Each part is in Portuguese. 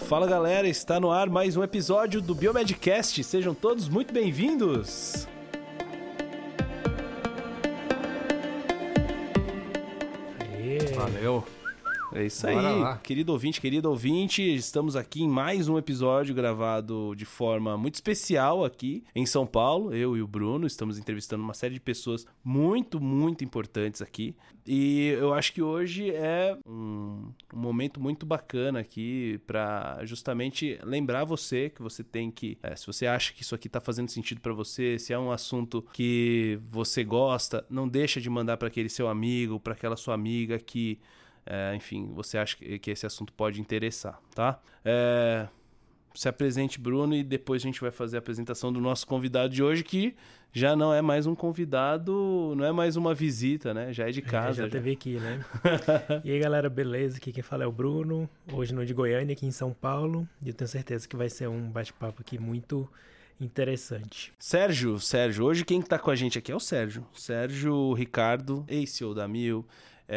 Fala galera, está no ar mais um episódio do Biomedcast, sejam todos muito bem-vindos! Valeu! É isso Bora aí, lá. querido ouvinte, estamos aqui em mais um episódio gravado de forma muito especial aqui em São Paulo. Eu e o Bruno estamos entrevistando uma série de pessoas muito importantes aqui. E eu acho que hoje é um momento muito bacana aqui para justamente lembrar você que você tem que... se você acha que isso aqui está fazendo sentido para você, se é um assunto que você gosta, não deixa de mandar para aquele seu amigo, para aquela sua amiga que... enfim, você acha que esse assunto pode interessar, tá? Se apresente, Bruno, e depois a gente vai fazer a apresentação do nosso convidado de hoje, que já não é mais um convidado, não é mais uma visita, né? Já é de casa. Já teve aqui, né? E aí, galera, beleza? Aqui quem fala é o Bruno, hoje no de Goiânia, aqui em São Paulo, e eu tenho certeza que vai ser um bate-papo aqui muito interessante. Sérgio, hoje quem tá com a gente aqui é o Sérgio Ricardo, ex-CEO da Mil,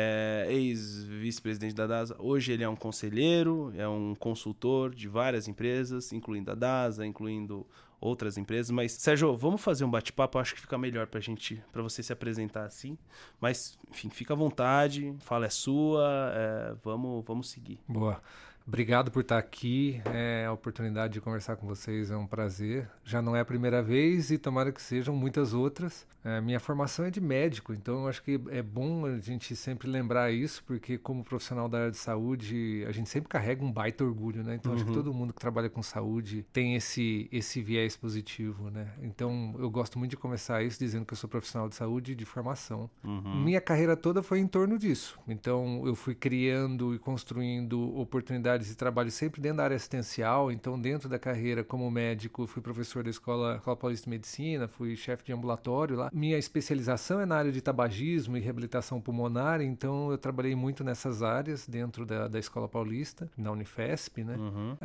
ex-vice-presidente da DASA. Hoje ele é um conselheiro, é um consultor de várias empresas, incluindo a DASA, incluindo outras empresas. Mas, Sérgio, vamos fazer um bate-papo, acho que fica melhor pra você se apresentar assim. Mas, enfim, fica à vontade, fala é sua, vamos seguir. Boa. Obrigado por estar aqui, a oportunidade de conversar com vocês é um prazer. Já não é a primeira vez e tomara que sejam muitas outras. Minha formação é de médico, então eu acho que é bom a gente sempre lembrar isso, porque como profissional da área de saúde, a gente sempre carrega um baita orgulho, né? Então acho que todo mundo que trabalha com saúde tem esse viés positivo, né? Então eu gosto muito de começar isso dizendo que eu sou profissional de saúde de formação. Minha carreira toda foi em torno disso. Então eu fui criando e construindo oportunidades de trabalho sempre dentro da área assistencial. Então dentro da carreira como médico, fui professor da Escola Paulista de Medicina, fui chefe de ambulatório lá. Minha especialização é na área de tabagismo e reabilitação pulmonar, então eu trabalhei muito nessas áreas dentro da Escola Paulista, na Unifesp, né?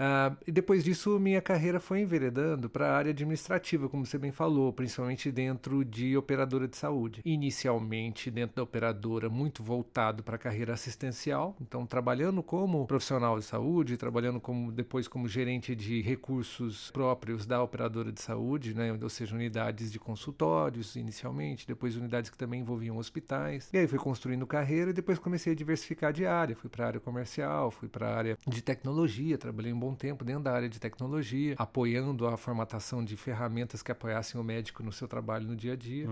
E depois disso minha carreira foi enveredando para a área administrativa, como você bem falou, principalmente dentro de operadora de saúde. Inicialmente dentro da operadora, muito voltado para a carreira assistencial, então trabalhando como profissional de saúde, trabalhando depois como gerente de recursos próprios da operadora de saúde, né? Ou seja, unidades de consultórios inicialmente, depois unidades que também envolviam hospitais. E aí fui construindo carreira e depois comecei a diversificar de área. Fui para a área comercial, fui para a área de tecnologia, trabalhei um bom tempo dentro da área de tecnologia, apoiando a formatação de ferramentas que apoiassem o médico no seu trabalho no dia a dia.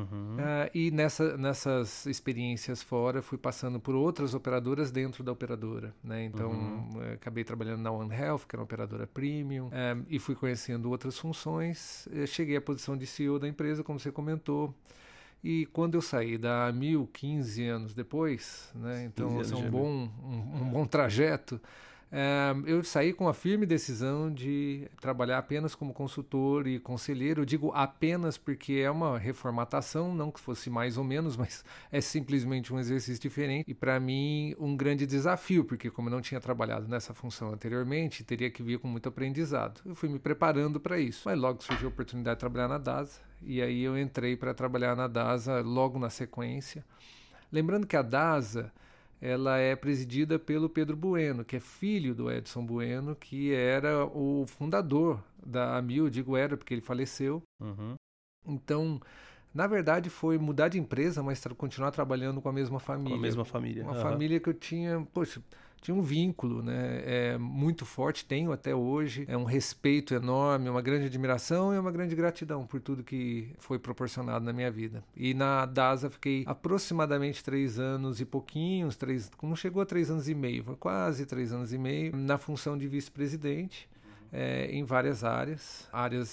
E nessas experiências fora, fui passando por outras operadoras dentro da operadora, né? Então, acabei trabalhando na One Health, que era uma operadora premium, e fui conhecendo outras funções. Cheguei à posição de CEO da empresa, como você comentou. E quando eu saí da Mil, 15 anos depois, né, então é um bom trajeto, eu saí com a firme decisão de trabalhar apenas como consultor e conselheiro. Eu digo apenas porque é uma reformatação, não que fosse mais ou menos, mas é simplesmente um exercício diferente. E para mim um grande desafio, porque como eu não tinha trabalhado nessa função anteriormente, teria que vir com muito aprendizado. Eu fui me preparando para isso, mas logo surgiu a oportunidade de trabalhar na DASA, e aí eu entrei para trabalhar na DASA logo na sequência. Lembrando que a DASA ela é presidida pelo Pedro Bueno, que é filho do Edson Bueno, que era o fundador da Amil. Digo era porque ele faleceu. Então, na verdade, foi mudar de empresa, mas continuar trabalhando com a mesma família. Com a mesma família. Uma família que eu tinha, tinha um vínculo, né? Muito forte, tenho até hoje. É um respeito enorme, uma grande admiração e uma grande gratidão por tudo que foi proporcionado na minha vida. E na DASA fiquei aproximadamente 3 anos e pouquinhos, não chegou a 3 anos e meio, foi quase 3 anos e meio, na função de vice-presidente. Em várias áreas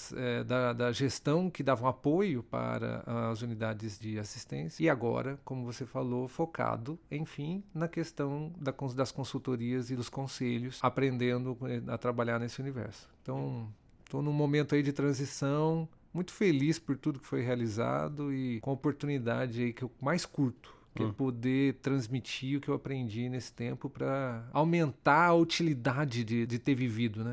da gestão que davam apoio para as unidades de assistência, e agora, como você falou, focado, enfim, na questão das consultorias e dos conselhos, aprendendo a trabalhar nesse universo. Então, estou num momento aí de transição, muito feliz por tudo que foi realizado e com a oportunidade aí que eu mais curto, que é poder transmitir o que eu aprendi nesse tempo para aumentar a utilidade de ter vivido, né?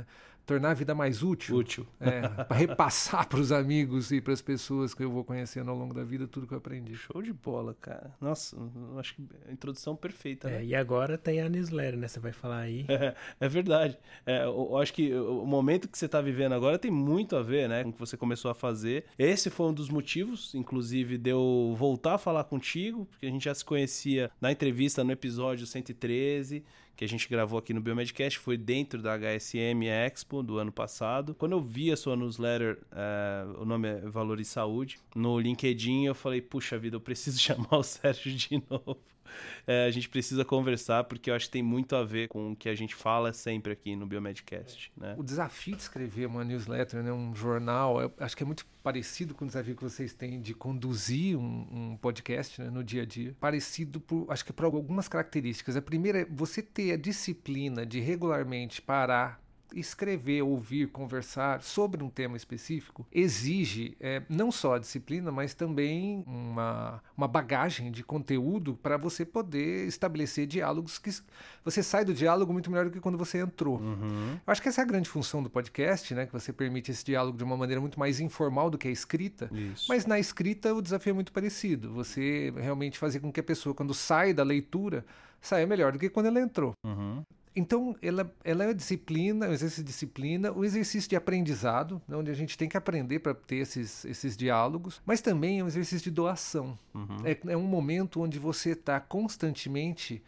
tornar a vida mais útil. Para repassar para os amigos e para as pessoas que eu vou conhecendo ao longo da vida tudo que eu aprendi. Show de bola, cara. Nossa, eu acho que a introdução perfeita, né? E agora tem a newsletter, né? Você vai falar aí. É verdade. Eu acho que o momento que você está vivendo agora tem muito a ver, né, com o que você começou a fazer. Esse foi um dos motivos, inclusive, de eu voltar a falar contigo, porque a gente já se conhecia na entrevista no episódio 113, que a gente gravou aqui no Biomedcast, foi dentro da HSM Expo do ano passado. Quando eu vi a sua newsletter, o nome é Valor e Saúde, no LinkedIn eu falei, puxa vida, eu preciso chamar o Sérgio de novo. A gente precisa conversar, porque eu acho que tem muito a ver com o que a gente fala sempre aqui no Biomedcast, né? O desafio de escrever uma newsletter, né, um jornal, eu acho que é muito parecido com o desafio que vocês têm de conduzir um podcast, né, no dia a dia. Parecido, acho que por algumas características. A primeira é você ter a disciplina de regularmente parar, escrever, ouvir, conversar sobre um tema específico exige não só a disciplina, mas também uma bagagem de conteúdo para você poder estabelecer diálogos que você sai do diálogo muito melhor do que quando você entrou. Eu acho que essa é a grande função do podcast, né? Que você permite esse diálogo de uma maneira muito mais informal do que a escrita. Isso. Mas na escrita o desafio é muito parecido. Você realmente fazer com que a pessoa, quando sai da leitura, saia melhor do que quando ela entrou. Então, ela é disciplina, o exercício de disciplina, o exercício de aprendizado, né, onde a gente tem que aprender para ter esses diálogos, mas também é um exercício de doação. É um momento onde você está constantemente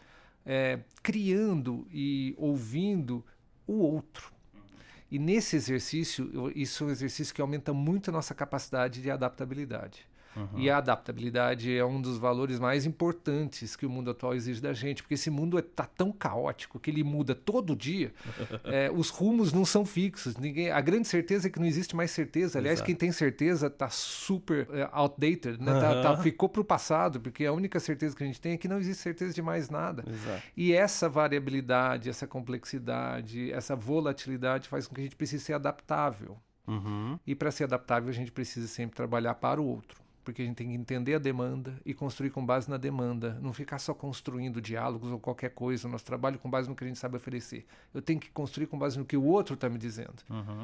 criando e ouvindo o outro. E nesse exercício, isso é um exercício que aumenta muito a nossa capacidade de adaptabilidade. E a adaptabilidade é um dos valores mais importantes que o mundo atual exige da gente, porque esse mundo está tão caótico que ele muda todo dia. Os rumos não são fixos. A grande certeza é que não existe mais certeza. Aliás, Exato. Quem tem certeza está super outdated, né? Ficou para o passado, porque a única certeza que a gente tem é que não existe certeza de mais nada. Exato. E essa variabilidade, essa complexidade, essa volatilidade faz com que a gente precise ser adaptável. E para ser adaptável, a gente precisa sempre trabalhar para o outro. Porque a gente tem que entender a demanda e construir com base na demanda. Não ficar só construindo diálogos ou qualquer coisa. O nosso trabalho com base no que a gente sabe oferecer. Eu tenho que construir com base no que o outro está me dizendo.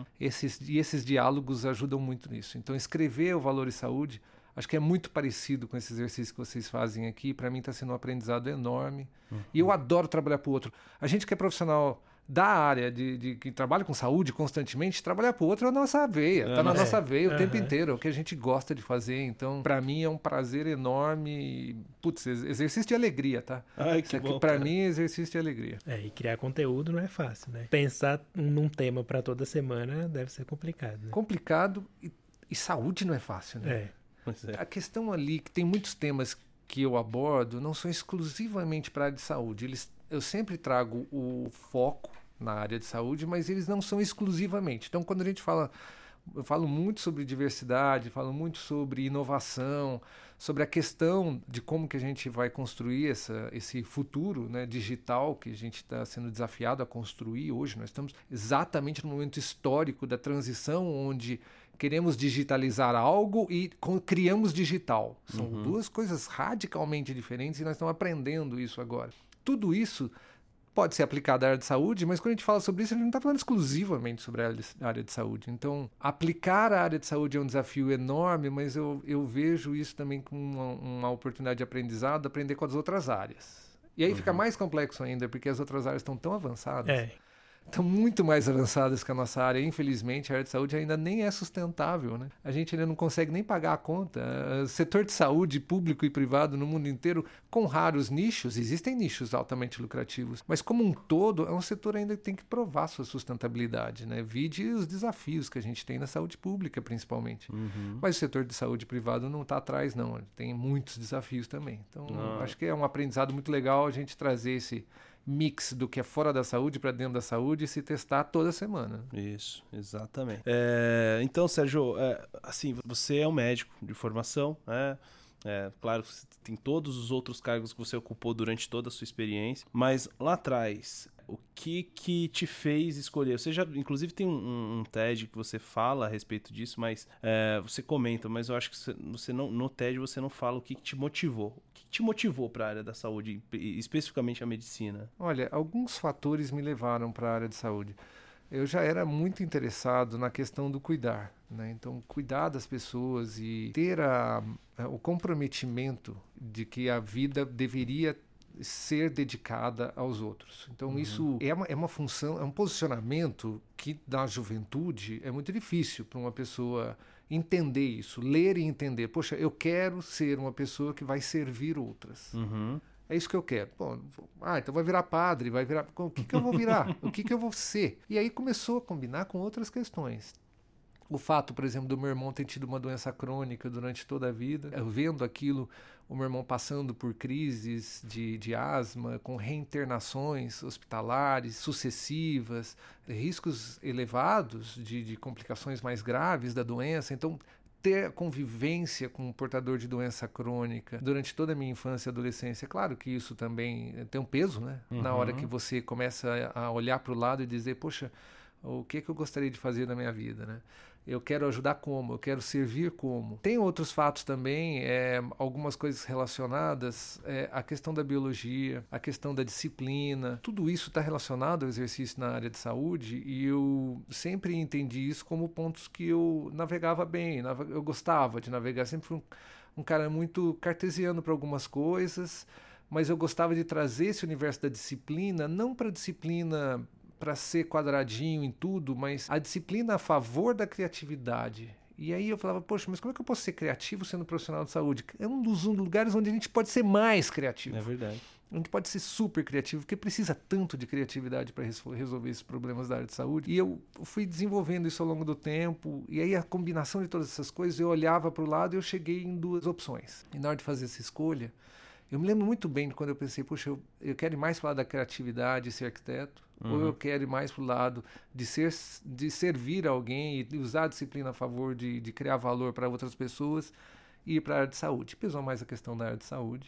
Esses diálogos ajudam muito nisso. Então, escrever o Valor e Saúde, acho que é muito parecido com esse exercício que vocês fazem aqui. Para mim está sendo um aprendizado enorme. E eu adoro trabalhar para o outro. A gente que é profissional da área que trabalha com saúde constantemente, trabalhar para o outro é a nossa veia, está na nossa veia o tempo inteiro, é o que a gente gosta de fazer. Então, para mim é um prazer enorme. Putz, exercício de alegria, tá? Ai, que bom, para mim é exercício de alegria. E criar conteúdo não é fácil, né? Pensar num tema para toda semana deve ser complicado, né? Complicado e saúde não é fácil, né? A questão ali, que tem muitos temas que eu abordo, não são exclusivamente para a área de saúde. Eu sempre trago o foco na área de saúde, mas eles não são exclusivamente. Então, quando a gente fala, eu falo muito sobre diversidade, falo muito sobre inovação, sobre a questão de como que a gente vai construir esse futuro, né, digital que a gente está sendo desafiado a construir hoje. Nós estamos exatamente no momento histórico da transição, onde queremos digitalizar algo e criamos digital. São duas coisas radicalmente diferentes e nós estamos aprendendo isso agora. Tudo isso pode ser aplicado à área de saúde, mas quando a gente fala sobre isso, a gente não está falando exclusivamente sobre a área de saúde. Então, aplicar a área de saúde é um desafio enorme, mas eu vejo isso também como uma oportunidade de aprendizado, aprender com as outras áreas. E aí fica mais complexo ainda, porque as outras áreas estão tão avançadas. Estão muito mais avançadas que a nossa área. Infelizmente, a área de saúde ainda nem é sustentável, né? A gente ainda não consegue nem pagar a conta. O setor de saúde, público e privado no mundo inteiro, com raros nichos, existem nichos altamente lucrativos, mas como um todo, é um setor ainda que tem que provar sua sustentabilidade, né? Vide os desafios que a gente tem na saúde pública, principalmente. Mas o setor de saúde privado não está atrás, não. Tem muitos desafios também. Então, acho que é um aprendizado muito legal a gente trazer esse mix do que é fora da saúde para dentro da saúde e se testar toda semana. Isso, exatamente. Então, Sérgio, assim, você é um médico de formação, né? Claro, você tem todos os outros cargos que você ocupou durante toda a sua experiência, mas lá atrás, o que te fez escolher? Você já, inclusive, tem um TED que você fala a respeito disso, mas você comenta, mas eu acho que você não, no TED você não fala o que te motivou. O que te motivou para a área da saúde, especificamente a medicina? Olha, alguns fatores me levaram para a área de saúde. eu já era muito interessado na questão do cuidar, né? Então, cuidar das pessoas e ter o comprometimento de que a vida deveria ser dedicada aos outros. Então, isso é uma função, é um posicionamento que, na juventude, é muito difícil para uma pessoa entender isso, ler e entender. Poxa, eu quero ser uma pessoa que vai servir outras. É isso que eu quero. Bom, então vai virar padre, vai virar... O que eu vou virar? O que eu vou ser? E aí começou a combinar com outras questões. O fato, por exemplo, do meu irmão ter tido uma doença crônica durante toda a vida, eu vendo aquilo, o meu irmão passando por crises de asma, com reinternações hospitalares sucessivas, riscos elevados de complicações mais graves da doença. Então, ter convivência com um portador de doença crônica durante toda a minha infância e adolescência, claro que isso também tem um peso, né? Na hora que você começa a olhar para o lado e dizer, poxa, o que eu gostaria de fazer na minha vida, né? Eu quero ajudar como? Eu quero servir como? Tem outros fatos também, algumas coisas relacionadas à questão da biologia, a questão da disciplina. Tudo isso está relacionado ao exercício na área de saúde e eu sempre entendi isso como pontos que eu navegava bem, eu gostava de navegar. Sempre fui um cara muito cartesiano para algumas coisas, mas eu gostava de trazer esse universo da disciplina, não para a disciplina para ser quadradinho em tudo, mas a disciplina a favor da criatividade. E aí eu falava, poxa, mas como é que eu posso ser criativo sendo profissional de saúde? É um dos lugares onde a gente pode ser mais criativo. É verdade. A gente pode ser super criativo, porque precisa tanto de criatividade para resolver esses problemas da área de saúde. E eu fui desenvolvendo isso ao longo do tempo, e aí a combinação de todas essas coisas, eu olhava para o lado e eu cheguei em duas opções. E na hora de fazer essa escolha, eu me lembro muito bem de quando eu pensei, poxa, eu quero ir mais para o lado da criatividade e ser arquiteto, ou eu quero ir mais para o lado de servir alguém e usar a disciplina a favor de criar valor para outras pessoas e ir para a área de saúde. Pesou mais a questão da área de saúde.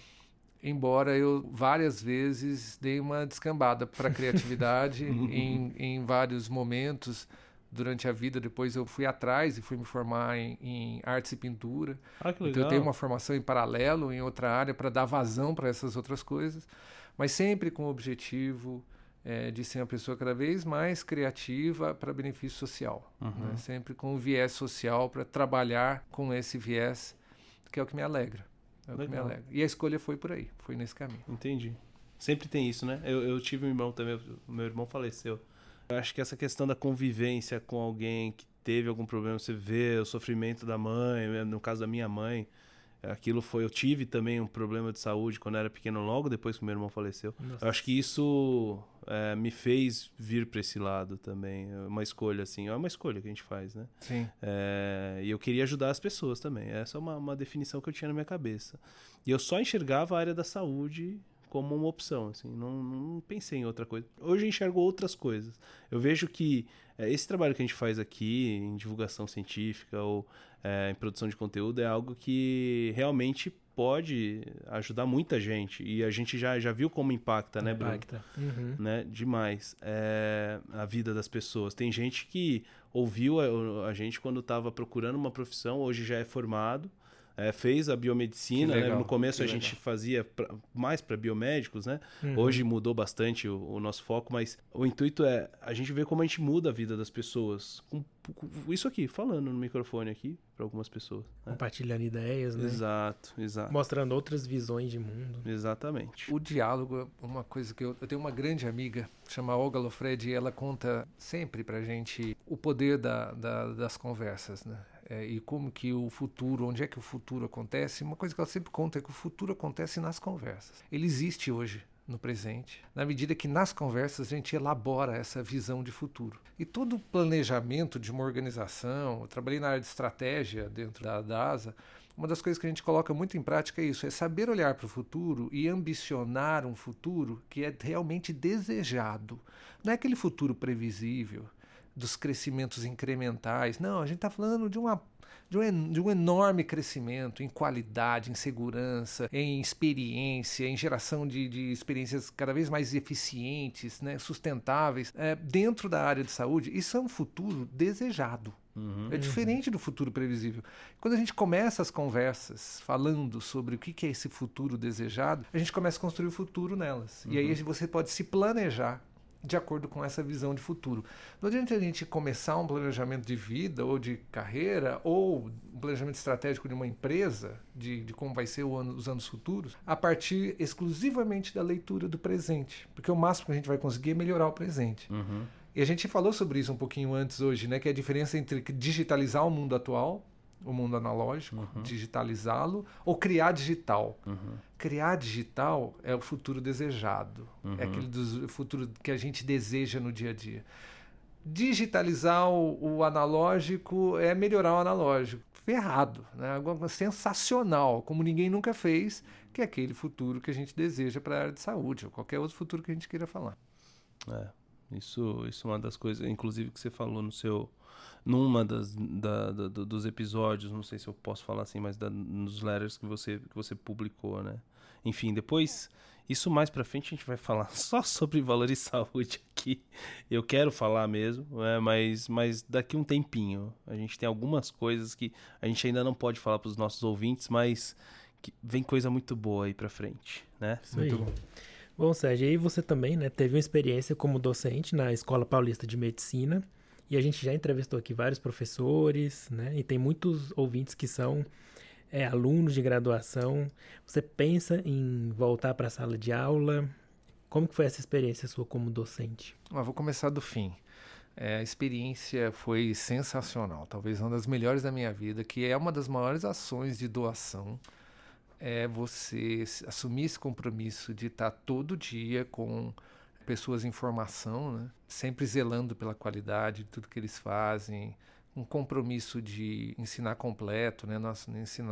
Embora eu várias vezes dei uma descambada para a criatividade em vários momentos durante a vida. Depois eu fui atrás e fui me formar em artes e pintura. Ah, que legal. Então eu tenho uma formação em paralelo em outra área para dar vazão para essas outras coisas, mas sempre com o objetivo de ser uma pessoa cada vez mais criativa para benefício social. Né? Sempre com um viés social para trabalhar com esse viés, que é o que me alegra. É o que me alegra. E a escolha foi por aí, foi nesse caminho. Entendi. Sempre tem isso, né? Eu tive um irmão também, meu irmão faleceu. Eu acho que essa questão da convivência com alguém que teve algum problema, você vê o sofrimento da mãe, no caso da minha mãe, eu tive também um problema de saúde quando eu era pequeno, logo depois que meu irmão faleceu. Nossa. Eu acho que isso me fez vir para esse lado também, uma escolha assim, é uma escolha que a gente faz, né? Sim. E eu queria ajudar as pessoas também, essa é uma definição que eu tinha na minha cabeça. E eu só enxergava a área da saúde como uma opção, assim, não pensei em outra coisa. Hoje eu enxergo outras coisas. Eu vejo que esse trabalho que a gente faz aqui, em divulgação científica ou em produção de conteúdo, é algo que realmente pode ajudar muita gente. E a gente já viu como impacta, né, Bruno? Impacta. Né? Demais. A vida das pessoas. Tem gente que ouviu a gente quando estava procurando uma profissão, hoje já é formado, fez a biomedicina, né? No começo a gente fazia mais para biomédicos, né? Hoje mudou bastante o nosso foco, mas o intuito é a gente ver como a gente muda a vida das pessoas. Com isso aqui, falando no microfone aqui para algumas pessoas. Né? Compartilhando ideias, né? Exato. Mostrando outras visões de mundo. Exatamente. O diálogo é uma coisa que eu tenho uma grande amiga, chama Olga Lofred, e ela conta sempre pra gente o poder das conversas, né? E como que o futuro, onde é que o futuro acontece. Uma coisa que ela sempre conta é que o futuro acontece nas conversas. Ele existe hoje, no presente, na medida que nas conversas a gente elabora essa visão de futuro. E todo o planejamento de uma organização, eu trabalhei na área de estratégia dentro da DASA, uma das coisas que a gente coloca muito em prática é isso, é saber olhar para o futuro e ambicionar um futuro que é realmente desejado. Não é aquele futuro previsível, dos crescimentos incrementais. Não, a gente está falando de um enorme crescimento em qualidade, em segurança, em experiência, em geração de experiências cada vez mais eficientes, né, sustentáveis, dentro da área de saúde. Isso é um futuro desejado. É diferente do futuro previsível. Quando a gente começa as conversas falando sobre o que é esse futuro desejado, a gente começa a construir o futuro nelas. E aí você pode se planejar de acordo com essa visão de futuro. Não adianta a gente começar um planejamento de vida ou de carreira ou um planejamento estratégico de uma empresa, de como vai ser os anos futuros, a partir exclusivamente da leitura do presente. Porque o máximo que a gente vai conseguir é melhorar o presente. E a gente falou sobre isso um pouquinho antes hoje, né? Que é a diferença entre digitalizar o mundo atual, o mundo analógico, digitalizá-lo, ou criar digital. Criar digital é o futuro desejado. É aquele futuro que a gente deseja no dia a dia. Digitalizar o analógico é melhorar o analógico. Ferrado, né? Algo sensacional, como ninguém nunca fez, que é aquele futuro que a gente deseja para a área de saúde, ou qualquer outro futuro que a gente queira falar. Isso é uma das coisas, inclusive, que você falou numa dos episódios, não sei se eu posso falar assim, mas nos letters que você publicou, né? Enfim, depois, isso mais pra frente a gente vai falar só sobre valores e saúde aqui. Eu quero falar mesmo, mas daqui um tempinho. A gente tem algumas coisas que a gente ainda não pode falar pros nossos ouvintes, mas que vem coisa muito boa aí pra frente, né? Isso muito aí. bom. Bom, Sérgio, e aí você também, né, teve uma experiência como docente na Escola Paulista de Medicina, e a gente já entrevistou aqui vários professores, né, e tem muitos ouvintes que são alunos de graduação. Você pensa em voltar para a sala de aula? Como que foi essa experiência sua como docente? Vou começar do fim. A experiência foi sensacional, talvez uma das melhores da minha vida, que é uma das maiores ações de doação. É você assumir esse compromisso de estar todo dia com pessoas em formação, né? Sempre zelando pela qualidade de tudo que eles fazem, um compromisso de ensinar completo, né? Não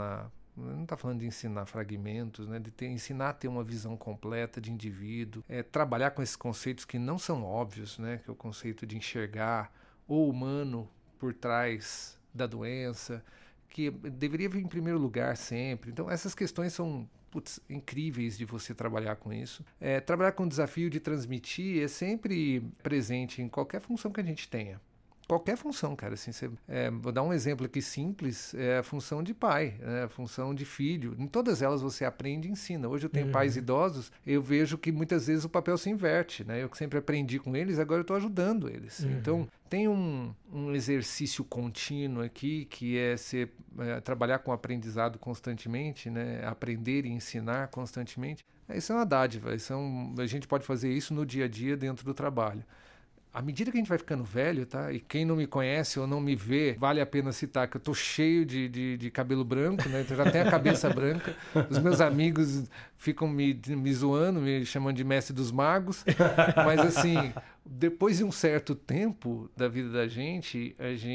está falando de ensinar fragmentos, né? Ensinar a ter uma visão completa de indivíduo, trabalhar com esses conceitos que não são óbvios, né? Que é o conceito de enxergar o humano por trás da doença, que deveria vir em primeiro lugar sempre. Então, essas questões são incríveis de você trabalhar com isso. Trabalhar com o desafio de transmitir é sempre presente em qualquer função que a gente tenha. Qualquer função, cara. Assim, vou dar um exemplo aqui simples, a função de pai, a função de filho. Em todas elas você aprende e ensina. Hoje eu tenho pais idosos, eu vejo que muitas vezes o papel se inverte, né? Eu que sempre aprendi com eles, agora eu estou ajudando eles. Então, tem um exercício contínuo aqui, que é trabalhar com aprendizado constantemente, né? Aprender e ensinar constantemente. Isso é uma dádiva, a gente pode fazer isso no dia a dia dentro do trabalho. À medida que a gente vai ficando velho, tá? E quem não me conhece ou não me vê, vale a pena citar que eu tô cheio de cabelo branco, né? Então já tenho a cabeça branca. Os meus amigos ficam me zoando, me chamando de mestre dos magos. Mas assim, depois de um certo tempo da vida da gente,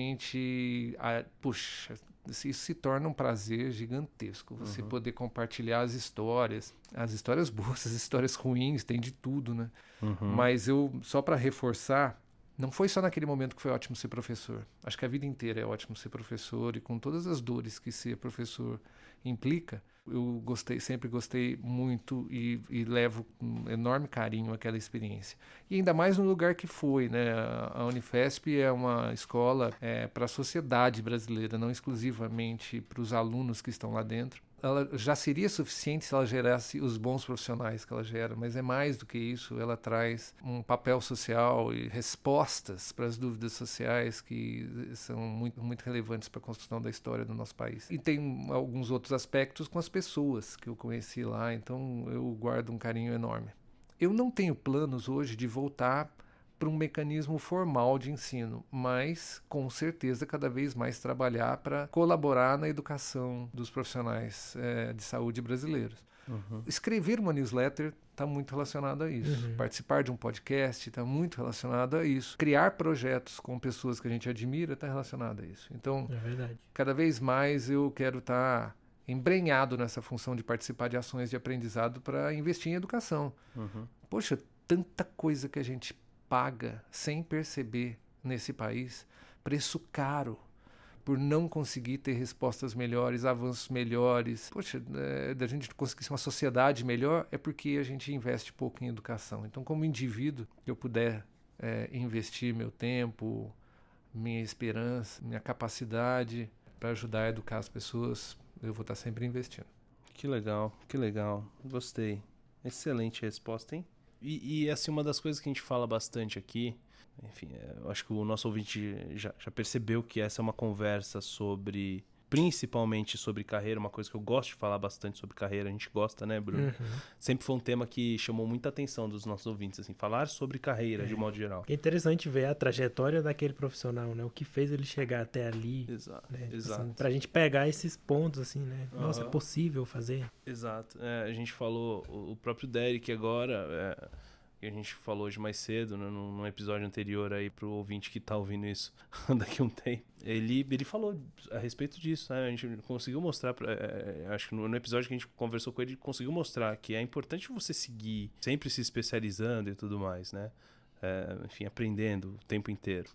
puxa, isso se torna um prazer gigantesco. Você poder compartilhar as histórias boas, as histórias ruins, tem de tudo, né? Mas só para reforçar, não foi só naquele momento que foi ótimo ser professor. Acho que a vida inteira é ótimo ser professor, e com todas as dores que ser professor implica, eu sempre gostei muito e levo com enorme carinho aquela experiência. E ainda mais no lugar que foi, né? A Unifesp é uma escola para a sociedade brasileira, não exclusivamente para os alunos que estão lá dentro. Ela já seria suficiente se ela gerasse os bons profissionais que ela gera, mas é mais do que isso. Ela traz um papel social e respostas para as dúvidas sociais que são muito, muito relevantes para a construção da história do nosso país. E tem alguns outros aspectos com as pessoas que eu conheci lá, então eu guardo um carinho enorme. Eu não tenho planos hoje de voltar para um mecanismo formal de ensino, mas com certeza cada vez mais trabalhar para colaborar na educação dos profissionais de saúde brasileiros. Escrever uma newsletter está muito relacionado a isso. Participar de um podcast está muito relacionado a isso. Criar projetos com pessoas que a gente admira está relacionado a isso. Então, cada vez mais eu quero estar embrenhado nessa função de participar de ações de aprendizado para investir em educação. Poxa, tanta coisa que a gente paga sem perceber nesse país, preço caro por não conseguir ter respostas melhores, avanços melhores. Poxa, da gente conseguir uma sociedade melhor é porque a gente investe pouco em educação. Então, como indivíduo, eu puder investir meu tempo, minha esperança, minha capacidade para ajudar a educar as pessoas, eu vou estar sempre investindo. Que legal, que legal. Gostei. Excelente resposta, hein? E assim, uma das coisas que a gente fala bastante aqui, enfim, eu acho que o nosso ouvinte já percebeu que essa é uma conversa principalmente sobre carreira, uma coisa que eu gosto de falar bastante sobre carreira, a gente gosta, né, Bruno? Uhum. Sempre foi um tema que chamou muita atenção dos nossos ouvintes, assim, falar sobre carreira de modo geral. É interessante ver a trajetória daquele profissional, né? O que fez ele chegar até ali. Exato, né? exato. Assim, pra gente pegar esses pontos, assim, né? Nossa, é Aham. possível fazer. Exato. A gente falou, o próprio Derek agora, que a gente falou hoje mais cedo, né, num episódio anterior aí pro ouvinte que tá ouvindo isso daqui a um tempo. Ele falou a respeito disso, né? A gente conseguiu mostrar, acho que no episódio que a gente conversou com ele, conseguiu mostrar que é importante você seguir, sempre se especializando e tudo mais, né? Enfim, aprendendo o tempo inteiro.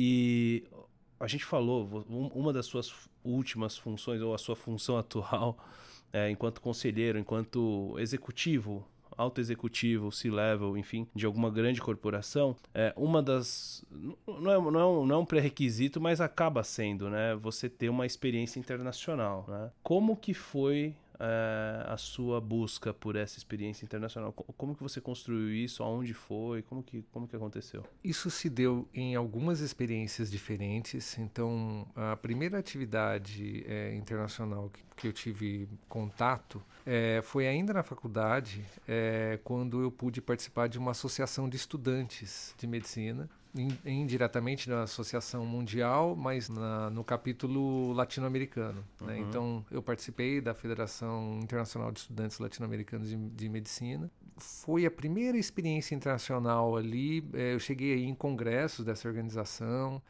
E a gente falou, uma das suas últimas funções, ou a sua função atual, enquanto conselheiro, enquanto executivo, alto executivo, C-level, enfim, de alguma grande corporação, uma das... Não é um pré-requisito, mas acaba sendo, né? Você ter uma experiência internacional, né? Como que foi a sua busca por essa experiência internacional? Como que você construiu isso? Aonde foi? Como que aconteceu? Isso se deu em algumas experiências diferentes. Então, a primeira atividade internacional que eu tive contato foi ainda na faculdade, quando eu pude participar de uma associação de estudantes de medicina, indiretamente na Associação Mundial, mas no capítulo latino-americano. Né? Então, eu participei da Federação Internacional de Estudantes Latino-Americanos de Medicina. Foi a primeira experiência internacional ali. Eu cheguei aí em congressos dessa organização,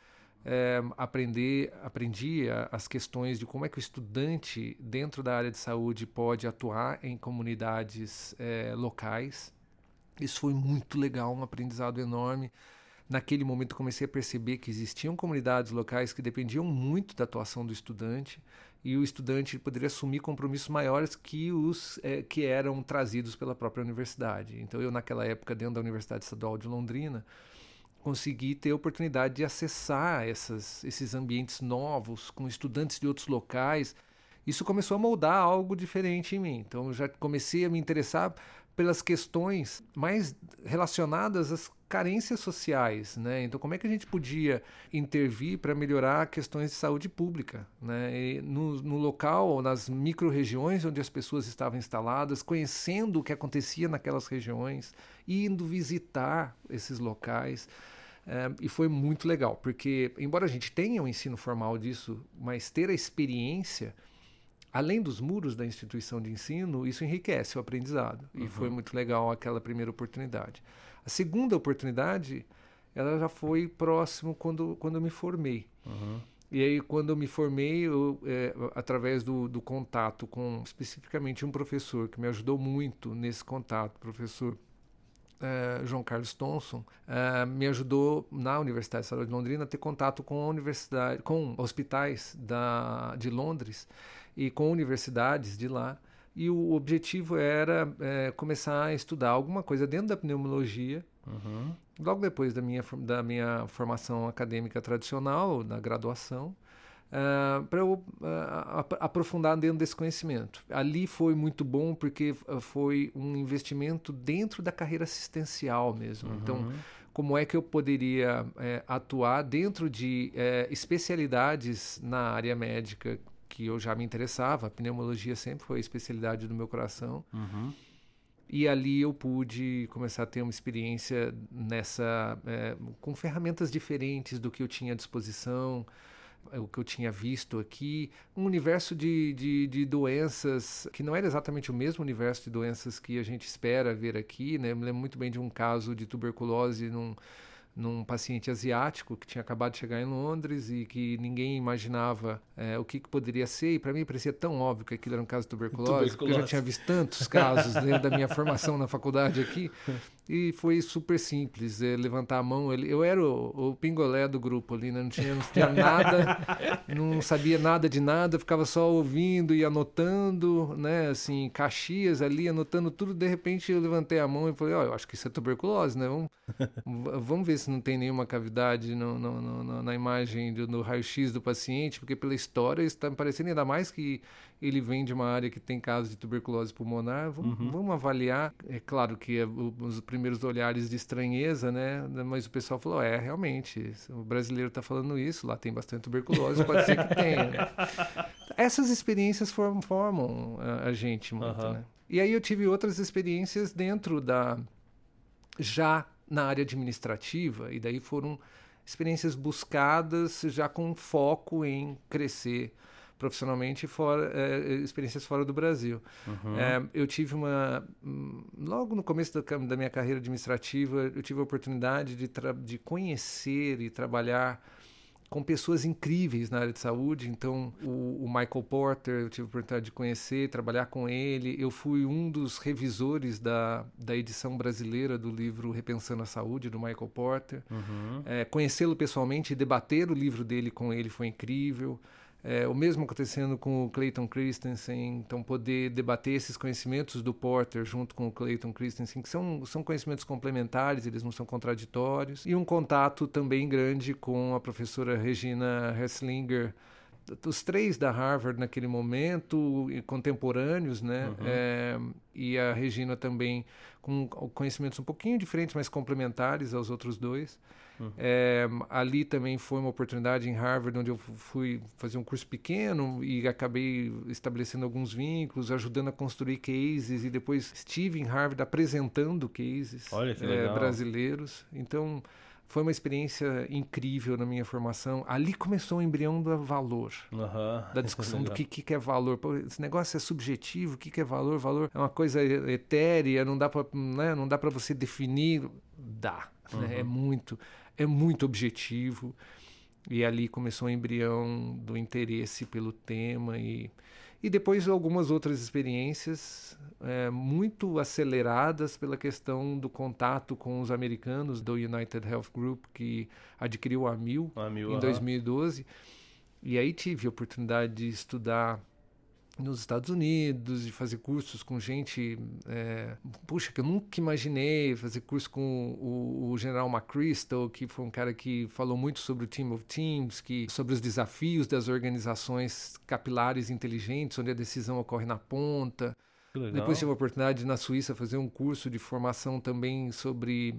aprendi as questões de como é que o estudante dentro da área de saúde pode atuar em comunidades locais. Isso foi muito legal, um aprendizado enorme. Naquele momento eu comecei a perceber que existiam comunidades locais que dependiam muito da atuação do estudante, e o estudante poderia assumir compromissos maiores que os que eram trazidos pela própria universidade. Então eu, naquela época, dentro da Universidade Estadual de Londrina, consegui ter a oportunidade de acessar esses ambientes novos, com estudantes de outros locais. Isso começou a moldar algo diferente em mim. Então eu já comecei a me interessar pelas questões mais relacionadas às carências sociais, né? Então, como é que a gente podia intervir para melhorar questões de saúde pública, né? E no local, nas micro-regiões onde as pessoas estavam instaladas, conhecendo o que acontecia naquelas regiões, indo visitar esses locais. E foi muito legal, porque, embora a gente tenha um ensino formal disso, mas ter a experiência, além dos muros da instituição de ensino, isso enriquece o aprendizado. E foi muito legal aquela primeira oportunidade. A segunda oportunidade, ela já foi próximo quando eu me formei. E aí, quando eu me formei, através do contato com, especificamente, um professor que me ajudou muito nesse contato, professor João Carlos Thomson, me ajudou na Universidade Estadual de Londrina a ter contato com hospitais de Londres e com universidades de lá. E o objetivo era começar a estudar alguma coisa dentro da pneumologia, logo depois da minha formação acadêmica tradicional, na graduação, para eu aprofundar dentro desse conhecimento. Ali foi muito bom porque foi um investimento dentro da carreira assistencial mesmo. Então, como é que eu poderia atuar dentro de especialidades na área médica que eu já me interessava? A pneumologia sempre foi a especialidade do meu coração. E ali eu pude começar a ter uma experiência com ferramentas diferentes do que eu tinha à disposição, o que eu tinha visto aqui, um universo de doenças que não era exatamente o mesmo universo de doenças que a gente espera ver aqui, né? Eu me lembro muito bem de um caso de tuberculose num paciente asiático que tinha acabado de chegar em Londres e que ninguém imaginava o que poderia ser, e para mim parecia tão óbvio que aquilo era um caso de tuberculose, porque eu já tinha visto tantos casos dentro da minha formação na faculdade aqui, e foi super simples, levantar a mão. Eu era o pingolé do grupo ali, né? Não tinha nada, não sabia nada de nada, ficava só ouvindo e anotando, né? Assim, caxias ali, anotando tudo. De repente eu levantei a mão e falei, eu acho que isso é tuberculose, né? Vamos ver se não tem nenhuma cavidade na imagem no raio-x do paciente, porque pela história está me parecendo, ainda mais que ele vem de uma área que tem casos de tuberculose pulmonar. Vamos avaliar. É claro que os primeiros olhares de estranheza, né? Mas o pessoal falou, realmente, o brasileiro está falando isso, lá tem bastante tuberculose, pode ser que tenha. Essas experiências formam a gente muito, né? E aí eu tive outras experiências dentro já na área administrativa, e daí foram experiências buscadas já com foco em crescer profissionalmente, experiências fora do Brasil. Eu tive logo no começo da minha carreira administrativa, eu tive a oportunidade de conhecer e trabalhar com pessoas incríveis na área de saúde. Então, o Michael Porter, eu tive a oportunidade de conhecer, trabalhar com ele. Eu fui um dos revisores da edição brasileira do livro Repensando a Saúde, do Michael Porter. Conhecê-lo pessoalmente e debater o livro dele com ele foi incrível. O mesmo acontecendo com o Clayton Christensen, então poder debater esses conhecimentos do Porter junto com o Clayton Christensen, que são conhecimentos complementares, eles não são contraditórios, e um contato também grande com a professora Regina Hesslinger, os três da Harvard naquele momento, contemporâneos, né? E a Regina também com conhecimentos um pouquinho diferentes, mas complementares aos outros dois. Ali também foi uma oportunidade em Harvard, onde eu fui fazer um curso pequeno e acabei estabelecendo alguns vínculos, ajudando a construir cases, e depois estive em Harvard apresentando cases brasileiros. Então, foi uma experiência incrível na minha formação. Ali começou o embrião do valor, da discussão do que é valor. Pô, esse negócio é subjetivo, o que é valor? Valor é uma coisa etérea, não dá para você definir. Né? É muito objetivo. E ali começou o embrião do interesse pelo tema e depois algumas outras experiências muito aceleradas pela questão do contato com os americanos do United Health Group, que adquiriu a Amil em 2012. E aí tive a oportunidade de estudar nos Estados Unidos, de fazer cursos com gente, que eu nunca imaginei, fazer curso com o General McChrystal, que foi um cara que falou muito sobre o Team of Teams, sobre os desafios das organizações capilares inteligentes, onde a decisão ocorre na ponta. Depois tive a oportunidade na Suíça fazer um curso de formação também sobre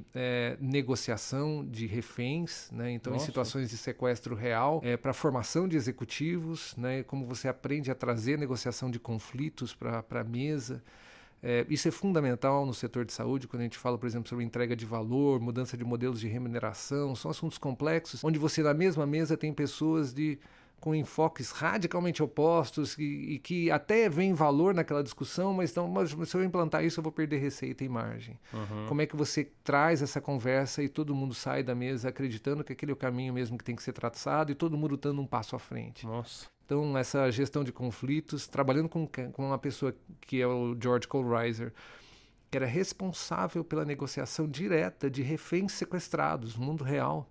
negociação de reféns, né? Então, em situações de sequestro real, para formação de executivos, né? Como você aprende a trazer negociação de conflitos para a mesa. Isso é fundamental no setor de saúde, quando a gente fala, por exemplo, sobre entrega de valor, mudança de modelos de remuneração, são assuntos complexos, onde você na mesma mesa tem pessoas com enfoques radicalmente opostos e que até veem valor naquela discussão, mas se eu implantar isso eu vou perder receita e margem. Como é que você traz essa conversa e todo mundo sai da mesa acreditando que aquele é o caminho mesmo que tem que ser traçado e todo mundo dando um passo à frente? Então, essa gestão de conflitos, trabalhando com uma pessoa que é o George Kohlreiser, que era responsável pela negociação direta de reféns sequestrados no mundo real.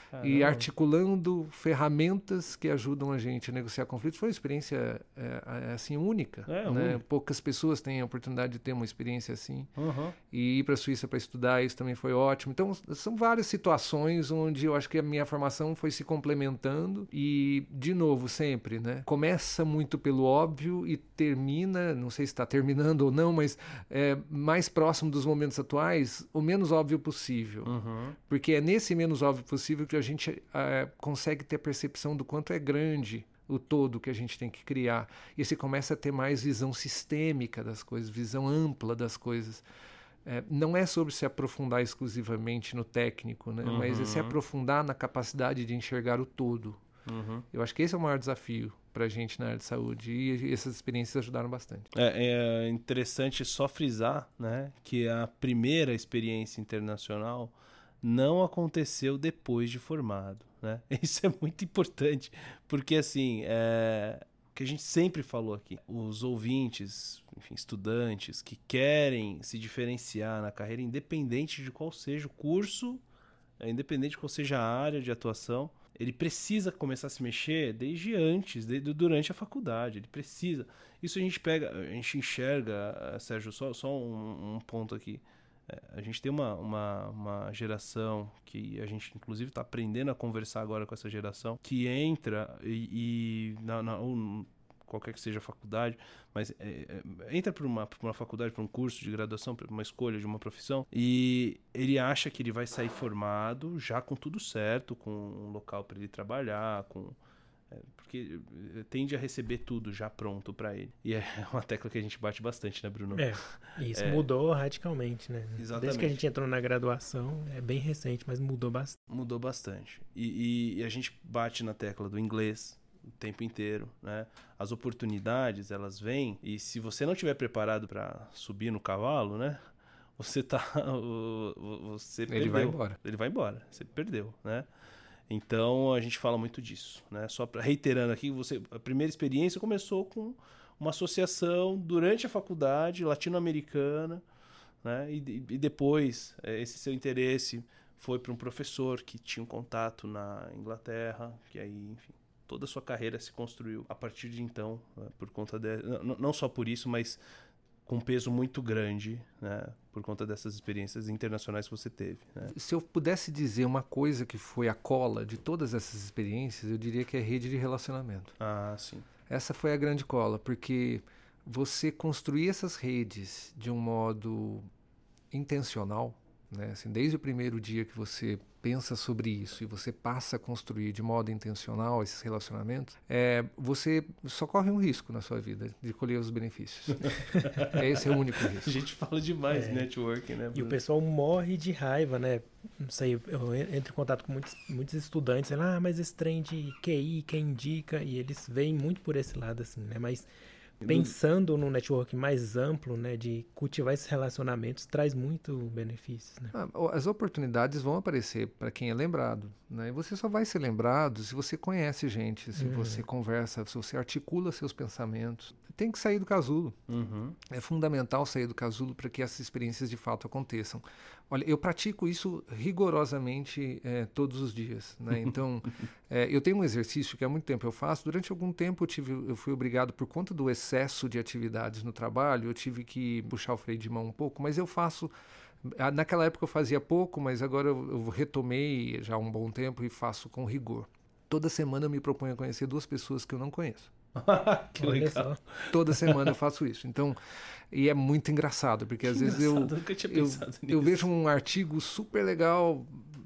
E articulando ferramentas que ajudam a gente a negociar conflitos. Foi uma experiência assim, única. Né? Poucas pessoas têm a oportunidade de ter uma experiência assim. E ir para a Suíça para estudar, isso também foi ótimo. Então, são várias situações onde eu acho que a minha formação foi se complementando. E, de novo, sempre, né? Começa muito pelo óbvio e termina, não sei se está terminando ou não, mas mais próximo dos momentos atuais, o menos óbvio possível. Porque é nesse menos óbvio possível que a gente consegue ter a percepção do quanto é grande o todo que a gente tem que criar. E você começa a ter mais visão sistêmica das coisas, visão ampla das coisas. Não é sobre se aprofundar exclusivamente no técnico, né? Mas é se aprofundar na capacidade de enxergar o todo. Eu acho que esse é o maior desafio para a gente na área de saúde, e essas experiências ajudaram bastante. É interessante só frisar, né, que a primeira experiência internacional não aconteceu depois de formado, né? Isso é muito importante, porque assim, o que a gente sempre falou aqui, os ouvintes, enfim, estudantes que querem se diferenciar na carreira, independente de qual seja o curso, independente de qual seja a área de atuação, ele precisa começar a se mexer desde antes, durante a faculdade. Ele precisa. Isso a gente enxerga, Sérgio, só um ponto aqui. A gente tem uma geração que a gente, inclusive, está aprendendo a conversar agora com essa geração, que entra qualquer que seja a faculdade, mas entra por uma faculdade, por um curso de graduação, por uma escolha de uma profissão, e ele acha que ele vai sair formado já com tudo certo, com um local para ele trabalhar, porque tende a receber tudo já pronto para ele. E é uma tecla que a gente bate bastante, né, Bruno? Isso mudou radicalmente, né? Exatamente. Desde que a gente entrou na graduação, é bem recente, mas mudou bastante. Mudou bastante. E a gente bate na tecla do inglês o tempo inteiro, né? As oportunidades, elas vêm, e se você não estiver preparado para subir no cavalo, né? Você perdeu. Ele vai embora. Ele vai embora. Você perdeu, né? Então, a gente fala muito disso, né? Só reiterando aqui, a primeira experiência começou com uma associação durante a faculdade latino-americana, né? E depois, esse seu interesse foi para um professor que tinha um contato na Inglaterra, que aí, enfim, toda a sua carreira se construiu a partir de então, por conta não só por isso, mas com um peso muito grande, né, por conta dessas experiências internacionais que você teve, né? Se eu pudesse dizer uma coisa que foi a cola de todas essas experiências, eu diria que é rede de relacionamento. Ah, sim. Essa foi a grande cola, porque você construir essas redes de um modo intencional, né, assim, desde o primeiro dia que você pensa sobre isso e você passa a construir de modo intencional esses relacionamentos, você só corre um risco na sua vida de colher os benefícios. Esse é o único risco. A gente fala demais de networking, né, Bruno? E o pessoal morre de raiva, né? Não sei, eu entro em contato com muitos estudantes, mas esse trem de QI, quem indica, e eles veem muito por esse lado, assim, né? Mas pensando no network mais amplo, né, de cultivar esses relacionamentos, traz muito benefícios, né? As oportunidades vão aparecer para quem é lembrado, né? E você só vai ser lembrado se você conhece gente, se você conversa, se você articula seus pensamentos. Tem que sair do casulo. É fundamental sair do casulo para que essas experiências de fato aconteçam. Olha, eu pratico isso rigorosamente todos os dias, né? Então, eu tenho um exercício que há muito tempo eu faço. Durante algum tempo eu fui obrigado, por conta do excesso de atividades no trabalho, eu tive que puxar o freio de mão um pouco, mas eu faço... Naquela época eu fazia pouco, mas agora eu retomei já há um bom tempo e faço com rigor. Toda semana eu me proponho a conhecer 2 pessoas que eu não conheço. Que legal. Toda semana eu faço isso. Então, e é muito engraçado, porque às vezes eu vejo um artigo super legal,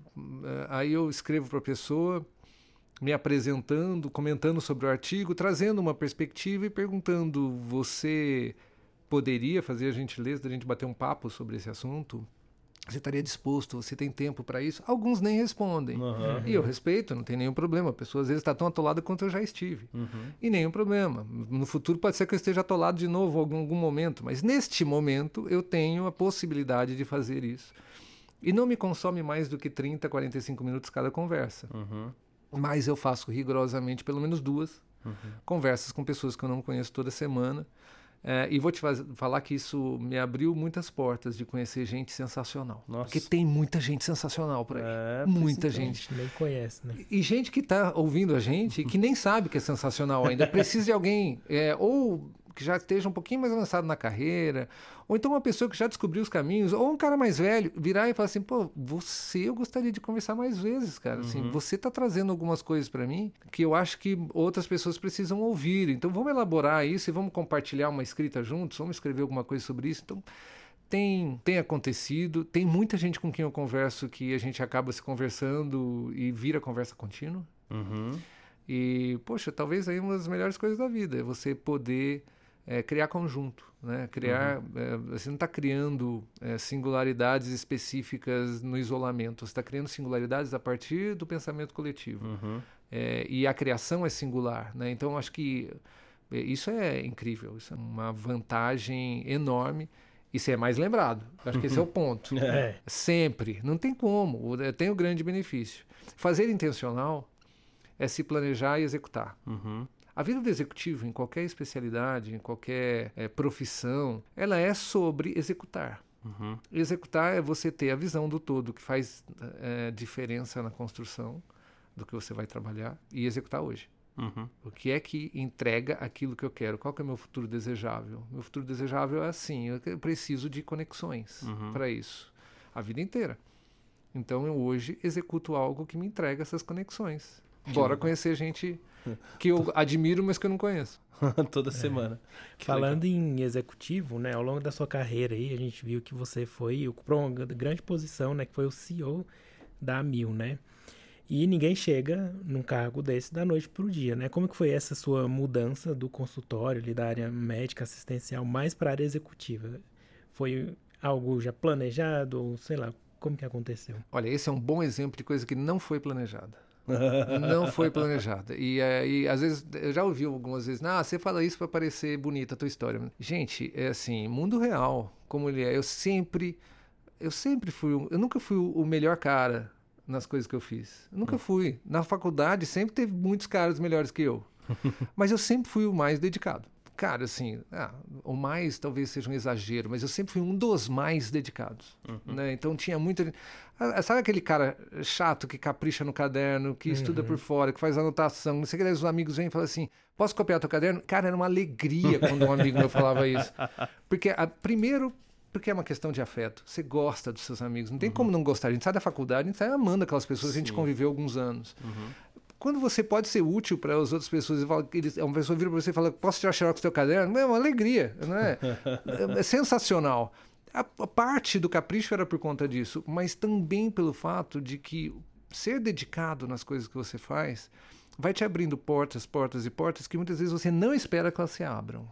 aí eu escrevo para a pessoa, me apresentando, comentando sobre o artigo, trazendo uma perspectiva e perguntando: você poderia fazer a gentileza da gente bater um papo sobre esse assunto? Você estaria disposto? Você tem tempo para isso? Alguns nem respondem. E eu respeito, não tem nenhum problema. A pessoa às vezes está tão atolada quanto eu já estive. E nenhum problema. No futuro pode ser que eu esteja atolado de novo em algum momento, mas neste momento eu tenho a possibilidade de fazer isso. E não me consome mais do que 30, 45 minutos cada conversa. Mas eu faço rigorosamente pelo menos 2 conversas com pessoas que eu não conheço toda semana. E vou te falar que isso me abriu muitas portas de conhecer gente sensacional. Nossa. Porque tem muita gente sensacional por aí. Muita gente. Nem conhece, né? E gente que está ouvindo a gente e que nem sabe que é sensacional ainda. Precisa de alguém, ou que já esteja um pouquinho mais avançado na carreira, ou então uma pessoa que já descobriu os caminhos, ou um cara mais velho, virar e falar assim: pô, eu gostaria de conversar mais vezes, cara. Assim, você está trazendo algumas coisas para mim que eu acho que outras pessoas precisam ouvir. Então vamos elaborar isso e vamos compartilhar uma escrita juntos, vamos escrever alguma coisa sobre isso. Então tem acontecido, tem muita gente com quem eu converso que a gente acaba se conversando e vira conversa contínua. E, poxa, talvez aí uma das melhores coisas da vida é você poder criar conjunto, né? Você não está criando singularidades específicas no isolamento, você está criando singularidades a partir do pensamento coletivo. E a criação é singular, né? Então, acho que isso é incrível, isso é uma vantagem enorme. E ser mais lembrado. Acho que esse é o ponto. Sempre. Não tem como. Tem o grande benefício. Fazer intencional é se planejar e executar. A vida do executivo, em qualquer especialidade, em qualquer profissão, ela é sobre executar. Executar é você ter a visão do todo, que faz diferença na construção do que você vai trabalhar, e executar hoje. O que é que entrega aquilo que eu quero? Qual que é o meu futuro desejável? Meu futuro desejável é assim: eu preciso de conexões para isso. a vida inteira. Então eu hoje executo algo que me entrega essas conexões. Bora conhecer gente que eu admiro, mas que eu não conheço. Toda semana. Falando em executivo, né, ao longo da sua carreira aí, a gente viu que você ocupou uma grande posição, né, que foi o CEO da Amil, né? E ninguém chega num cargo desse da noite pro dia, né? Como que foi essa sua mudança do consultório, ali, da área médica assistencial, mais para a área executiva? Foi algo já planejado ou sei lá, como que aconteceu? Olha, esse é um bom exemplo de coisa que não foi planejada. Não foi planejada. E às vezes, eu já ouvi algumas vezes, você fala isso para parecer bonita a tua história. Gente, é assim, mundo real, como ele é, eu sempre fui, eu nunca fui o melhor cara nas coisas que eu fiz. Eu nunca fui. Na faculdade sempre teve muitos caras melhores que eu. Mas eu sempre fui o mais dedicado. Cara, assim, o mais talvez seja um exagero, mas eu sempre fui um dos mais dedicados. Né? Então tinha muita... Sabe aquele cara chato que capricha no caderno, que estuda por fora, que faz anotação, não sei o que, os amigos vêm e falam assim, posso copiar teu caderno? Cara, era uma alegria quando um amigo meu falava isso. Primeiro, porque é uma questão de afeto. Você gosta dos seus amigos. Não tem como não gostar. A gente sai da faculdade, a gente sai amando aquelas pessoas que a gente conviveu alguns anos. Quando você pode ser útil para as outras pessoas, uma pessoa vira para você e fala, posso tirar xerox do teu caderno? É uma alegria, não é? É sensacional. A parte do capricho era por conta disso, mas também pelo fato de que ser dedicado nas coisas que você faz vai te abrindo portas, portas e portas que muitas vezes você não espera que elas se abram.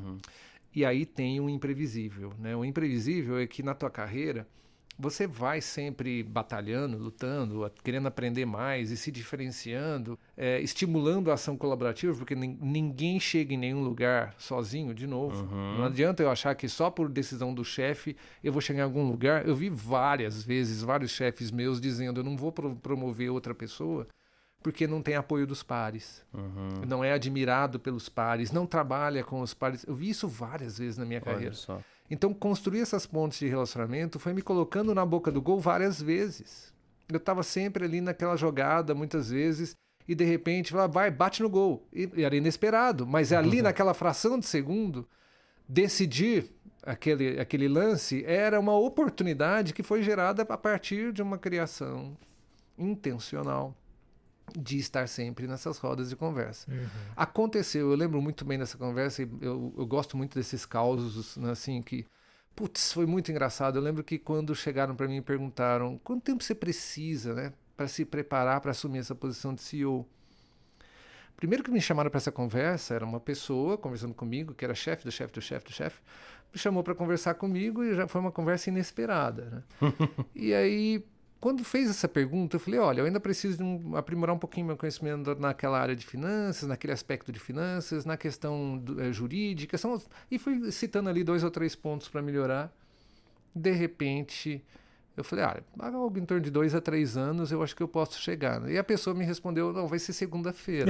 E aí tem o imprevisível, né? O imprevisível é que na tua carreira você vai sempre batalhando, lutando, querendo aprender mais e se diferenciando, estimulando a ação colaborativa, porque ninguém chega em nenhum lugar sozinho, de novo. Não adianta eu achar que só por decisão do chefe eu vou chegar em algum lugar. Eu vi várias vezes, vários chefes meus dizendo, eu não vou promover outra pessoa porque não tem apoio dos pares, não é admirado pelos pares, não trabalha com os pares. Eu vi isso várias vezes na minha carreira. Só. Então, construir essas pontes de relacionamento foi me colocando na boca do gol várias vezes. Eu estava sempre ali naquela jogada, muitas vezes, e de repente, vai, bate no gol. E era inesperado, mas ali naquela fração de segundo, decidir aquele lance era uma oportunidade que foi gerada a partir de uma criação intencional de estar sempre nessas rodas de conversa. Aconteceu, eu lembro muito bem dessa conversa, e eu gosto muito desses causos, né, assim, que, putz, foi muito engraçado. Eu lembro que quando chegaram para mim e perguntaram, quanto tempo você precisa, né, para se preparar para assumir essa posição de CEO? Primeiro que me chamaram para essa conversa, era uma pessoa conversando comigo, que era chefe do chefe do chefe do chefe, me chamou para conversar comigo e já foi uma conversa inesperada, né? E aí, quando fez essa pergunta, eu falei, olha, eu ainda preciso aprimorar um pouquinho meu conhecimento naquela área de finanças, naquele aspecto de finanças, na questão jurídica, e fui citando ali 2 ou 3 pontos para melhorar. De repente, eu falei, algo em torno de 2 a 3 anos eu acho que eu posso chegar. E a pessoa me respondeu, não, vai ser segunda-feira.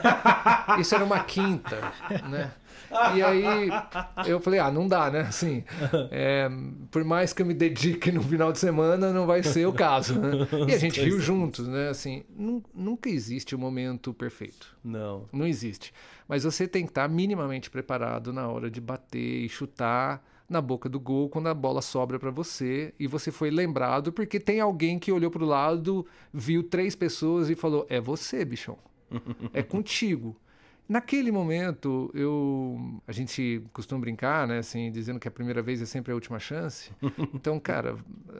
Isso era uma quinta, né? E aí eu falei, não dá, né? Assim, por mais que eu me dedique no final de semana, não vai ser o caso, né? E a gente riu juntos, né? Assim, nunca existe o momento perfeito. Não existe. Mas você tem que estar minimamente preparado na hora de bater e chutar na boca do gol quando a bola sobra para você e você foi lembrado porque tem alguém que olhou para o lado, viu 3 pessoas e falou, é você, bichão, é contigo. Naquele momento, a gente costuma brincar, né, assim, dizendo que a primeira vez é sempre a última chance. Então, cara,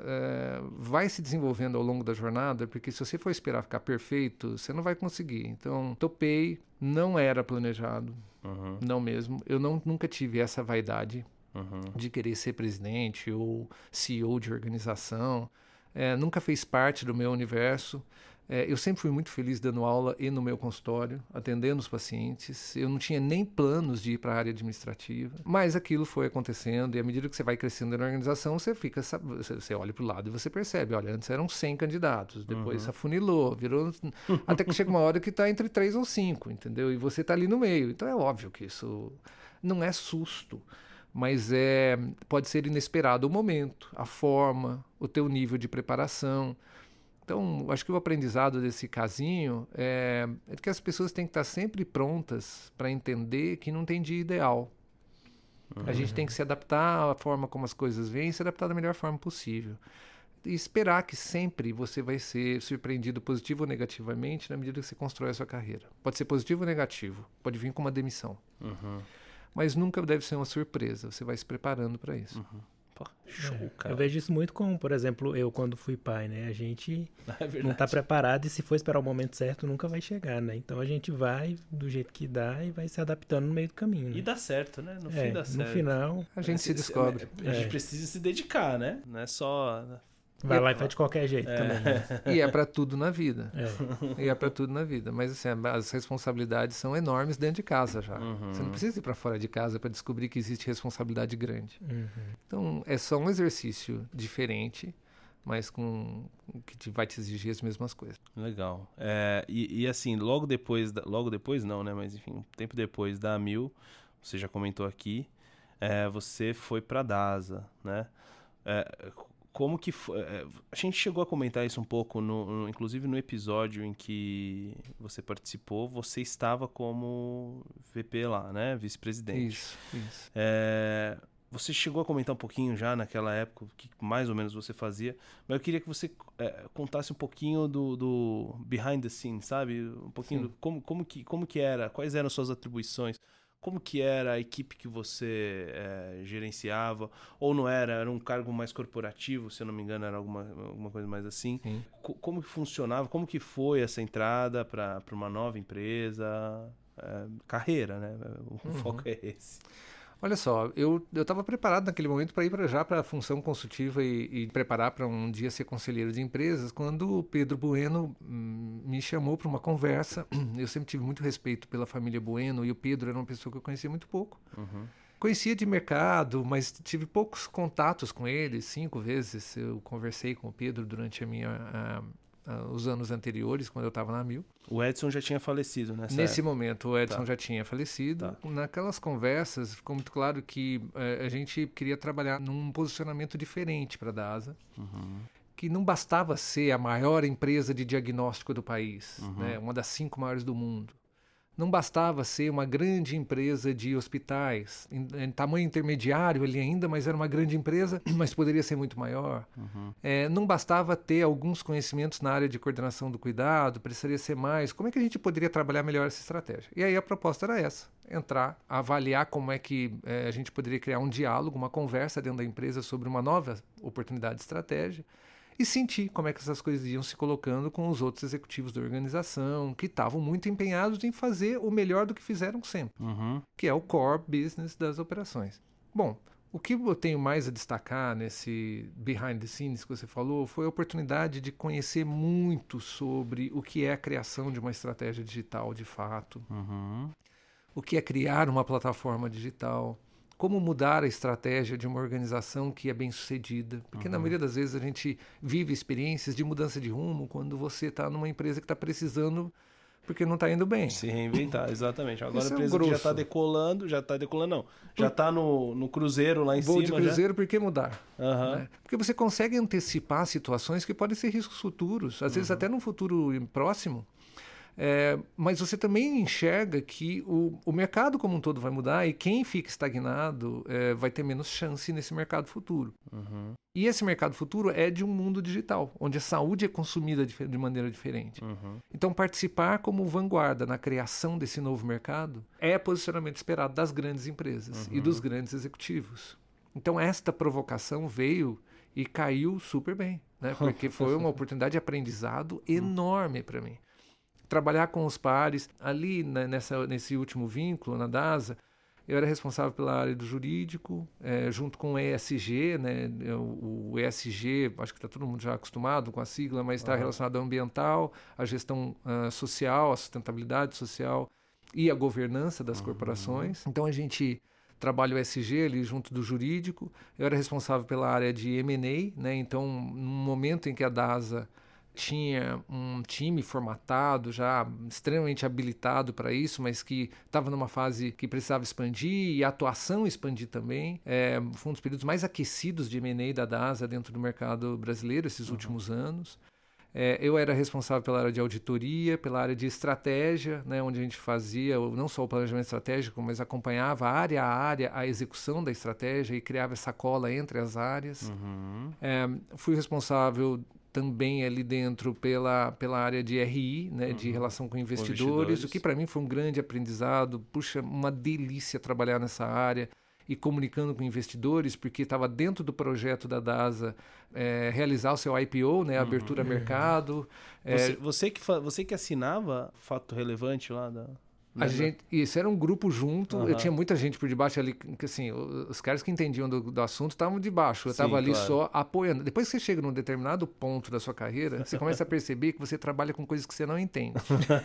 vai se desenvolvendo ao longo da jornada, porque se você for esperar ficar perfeito, você não vai conseguir. Então, topei, não era planejado, não mesmo. Eu nunca tive essa vaidade de querer ser presidente ou CEO de organização. Nunca fez parte do meu universo. Eu sempre fui muito feliz dando aula e no meu consultório, atendendo os pacientes. Eu não tinha nem planos de ir para a área administrativa, mas aquilo foi acontecendo e à medida que você vai crescendo na organização, você olha para o lado e você percebe, olha, antes eram 100 candidatos, depois afunilou, virou... até que chega uma hora que está entre 3 ou 5, entendeu? E você está ali no meio. Então é óbvio que isso não é susto, mas pode ser inesperado o momento, a forma, o teu nível de preparação. Então, acho que o aprendizado desse casinho é que as pessoas têm que estar sempre prontas para entender que não tem dia ideal. A gente tem que se adaptar à forma como as coisas vêm e se adaptar da melhor forma possível. esperar que sempre você vai ser surpreendido positivo ou negativamente na medida que você constrói a sua carreira. Pode ser positivo ou negativo, pode vir com uma demissão. Mas nunca deve ser uma surpresa, você vai se preparando para isso. Pô, show, cara. Eu vejo isso muito com, por exemplo, eu quando fui pai, né? A gente não tá preparado e se for esperar o momento certo, nunca vai chegar, né? Então a gente vai do jeito que dá e vai se adaptando no meio do caminho. Né? E dá certo, né? No fim dá certo. No final... A gente se descobre. A gente precisa se dedicar, né? Não é só... Vai lá e faz de qualquer jeito também. Né? E é para tudo na vida. E é para tudo na vida. Mas assim, as responsabilidades são enormes dentro de casa já. Você não precisa ir para fora de casa para descobrir que existe responsabilidade grande. Então, é só um exercício diferente, mas que vai te exigir as mesmas coisas. Legal. E assim, logo depois não, né? Mas enfim, um tempo depois da Amil, você já comentou aqui, você foi para a DASA, né? Como que foi? A gente chegou a comentar isso um pouco, inclusive no episódio em que você participou, você estava como VP lá, né? Vice-presidente. Isso. Você chegou a comentar um pouquinho já naquela época, o que mais ou menos você fazia, mas eu queria que você contasse um pouquinho do behind the scenes, sabe? Um pouquinho como que era, quais eram as suas atribuições, como que era a equipe que você gerenciava, ou não era um cargo mais corporativo, se eu não me engano, era alguma coisa mais assim. Como que funcionava, como que foi essa entrada para uma nova empresa, carreira, né? O foco é esse. Olha só, eu estava preparado naquele momento para ir para a função consultiva e preparar para um dia ser conselheiro de empresas, quando o Pedro Bueno me chamou para uma conversa. Eu sempre tive muito respeito pela família Bueno e o Pedro era uma pessoa que eu conhecia muito pouco. Conhecia de mercado, mas tive poucos contatos com ele. 5 vezes eu conversei com o Pedro durante os anos anteriores, quando eu estava na Amil. O Edson já tinha falecido nesse momento, o Edson já tinha falecido. Naquelas conversas, ficou muito claro que a gente queria trabalhar num posicionamento diferente para a DASA, que não bastava ser a maior empresa de diagnóstico do país, né? Uma das 5 maiores do mundo. Não bastava ser uma grande empresa de hospitais, em tamanho intermediário ali ainda, mas era uma grande empresa, mas poderia ser muito maior. Não bastava ter alguns conhecimentos na área de coordenação do cuidado, precisaria ser mais. Como é que a gente poderia trabalhar melhor essa estratégia? E aí a proposta era essa, entrar, avaliar como é que a gente poderia criar um diálogo, uma conversa dentro da empresa sobre uma nova oportunidade de estratégia, e sentir como é que essas coisas iam se colocando com os outros executivos da organização, que estavam muito empenhados em fazer o melhor do que fizeram sempre, que é o core business das operações. Bom, o que eu tenho mais a destacar nesse behind the scenes que você falou foi a oportunidade de conhecer muito sobre o que é a criação de uma estratégia digital de fato, o que é criar uma plataforma digital, como mudar a estratégia de uma organização que é bem-sucedida. Porque na maioria das vezes a gente vive experiências de mudança de rumo quando você está numa empresa que está precisando porque não está indo bem. Se reinventar, exatamente. Agora a empresa grosso. já está decolando, já está no cruzeiro lá em cima. Voo de cruzeiro, por que mudar? Né? Porque você consegue antecipar situações que podem ser riscos futuros, às vezes até num futuro próximo. Mas você também enxerga que o mercado como um todo vai mudar e quem fica estagnado vai ter menos chance nesse mercado futuro. E esse mercado futuro é de um mundo digital, onde a saúde é consumida de maneira diferente. Então, participar como vanguarda na criação desse novo mercado é posicionamento esperado das grandes empresas e dos grandes executivos. Então, esta provocação veio e caiu super bem, né? Porque foi uma oportunidade de aprendizado enorme para mim. Trabalhar com os pares, ali nesse último vínculo, na DASA, eu era responsável pela área do jurídico, junto com o ESG, né? O ESG, acho que está todo mundo já acostumado com a sigla, mas está relacionado ao ambiental, à gestão social, à sustentabilidade social e à governança das corporações. Então a gente trabalha o ESG ali junto do jurídico, eu era responsável pela área de M&A, né? Então no momento em que a DASA tinha um time formatado, já extremamente habilitado para isso, mas que estava numa fase que precisava expandir e a atuação expandir também. Foi um dos períodos mais aquecidos de M&A da DASA dentro do mercado brasileiro esses últimos anos. Eu era responsável pela área de auditoria, pela área de estratégia, né, onde a gente fazia não só o planejamento estratégico, mas acompanhava área a área a execução da estratégia e criava essa cola entre as áreas. Fui responsável também ali dentro pela área de RI, né, de relação com investidores, o que para mim foi um grande aprendizado. Puxa, uma delícia trabalhar nessa área e comunicando com investidores, porque estava dentro do projeto da DASA realizar o seu IPO, né, abertura a mercado. Você que assinava fato relevante lá da... Isso era um grupo junto, eu tinha muita gente por debaixo ali, que assim, os caras que entendiam do assunto estavam debaixo, eu estava ali só apoiando. Depois que você chega num determinado ponto da sua carreira, você começa a perceber que você trabalha com coisas que você não entende.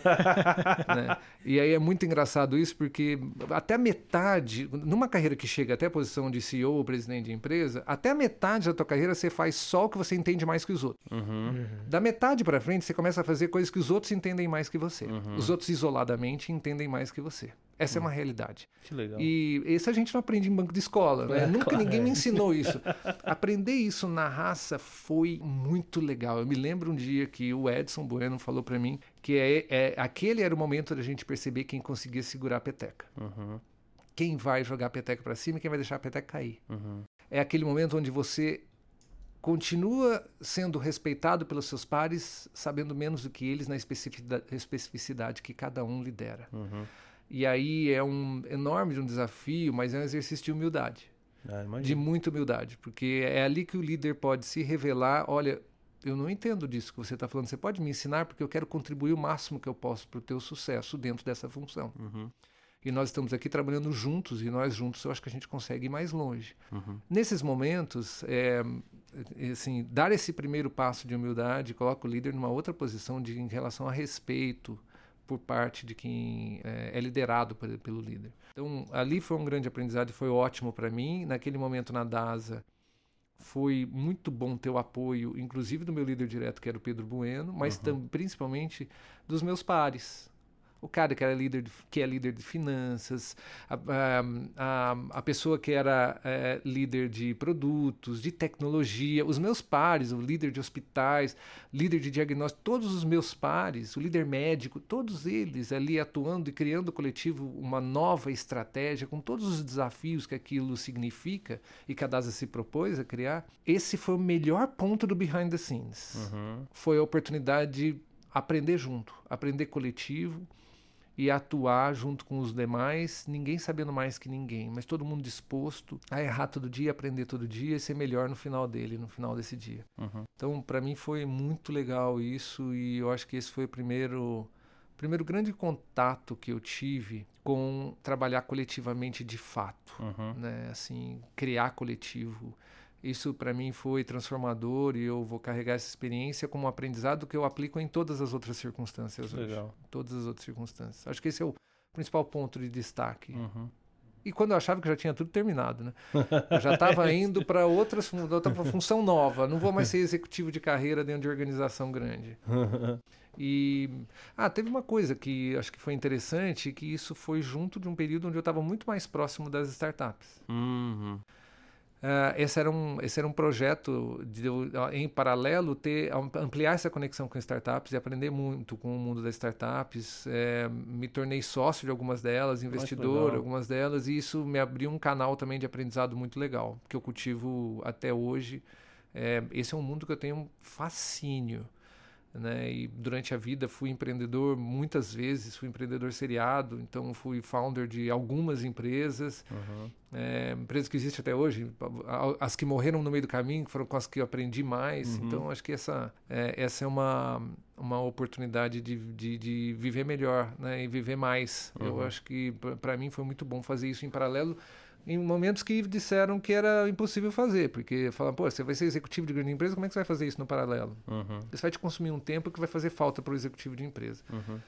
Né? E aí é muito engraçado isso, porque até a metade, numa carreira que chega até a posição de CEO ou presidente de empresa, até a metade da tua carreira você faz só o que você entende mais que os outros. Da metade para frente, você começa a fazer coisas que os outros entendem mais que você. Os outros isoladamente entendem mais que você. Essa é uma realidade. Que legal. E isso a gente não aprende em banco de escola, né? Nunca ninguém me ensinou isso. Aprender isso na raça foi muito legal. Eu me lembro um dia que o Edson Bueno falou para mim que aquele era o momento da gente perceber quem conseguia segurar a peteca. Quem vai jogar a peteca para cima e quem vai deixar a peteca cair. É aquele momento onde você continua sendo respeitado pelos seus pares, sabendo menos do que eles na especificidade que cada um lidera. E aí é um enorme desafio, mas é um exercício de humildade. De muita humildade, porque é ali que o líder pode se revelar, olha, eu não entendo disso que você está falando, você pode me ensinar porque eu quero contribuir o máximo que eu posso para o teu sucesso dentro dessa função. E nós estamos aqui trabalhando juntos, e nós juntos eu acho que a gente consegue ir mais longe. Nesses momentos, assim, dar esse primeiro passo de humildade coloca o líder numa outra posição em relação a respeito por parte de quem é liderado pelo líder. Então, ali foi um grande aprendizado e foi ótimo para mim. Naquele momento na DASA, foi muito bom ter o apoio, inclusive do meu líder direto, que era o Pedro Bueno, mas principalmente dos meus pares. O cara que é líder de finanças, a pessoa que era líder de produtos, de tecnologia, os meus pares, o líder de hospitais, líder de diagnóstico, todos os meus pares, o líder médico, todos eles ali atuando e criando coletivo uma nova estratégia com todos os desafios que aquilo significa e que a DASA se propôs a criar. Esse foi o melhor ponto do behind the scenes. Foi a oportunidade de aprender junto, aprender coletivo, e atuar junto com os demais, ninguém sabendo mais que ninguém, mas todo mundo disposto a errar todo dia, aprender todo dia e ser melhor no final desse dia. Então, para mim foi muito legal isso, e eu acho que esse foi o primeiro grande contato que eu tive com trabalhar coletivamente de fato, né? Assim, criar coletivo. Isso para mim foi transformador e eu vou carregar essa experiência como um aprendizado que eu aplico em todas as outras circunstâncias hoje. Legal. Todas as outras circunstâncias. Acho que esse é o principal ponto de destaque. E quando eu achava que já tinha tudo terminado, né? Eu já estava indo para outra função nova. Não vou mais ser executivo de carreira dentro de organização grande. E teve uma coisa que acho que foi interessante, que isso foi junto de um período onde eu estava muito mais próximo das startups. Esse era um projeto de em paralelo ampliar essa conexão com startups e aprender muito com o mundo das startups. Me tornei sócio de algumas delas, investidor de algumas delas, e isso me abriu um canal também de aprendizado muito legal, que eu cultivo até hoje. Esse é um mundo que eu tenho um fascínio, né? E durante a vida fui empreendedor muitas vezes, fui empreendedor seriado, então fui founder de algumas empresas, empresas que existem até hoje, as que morreram no meio do caminho, que foram com as que eu aprendi mais. Então acho que essa é uma oportunidade de viver melhor, né? E viver mais. Eu acho que para mim foi muito bom fazer isso em paralelo, em momentos que disseram que era impossível fazer, porque falaram, você vai ser executivo de grande empresa, como é que você vai fazer isso no paralelo? Isso vai te consumir um tempo que vai fazer falta para o executivo de empresa.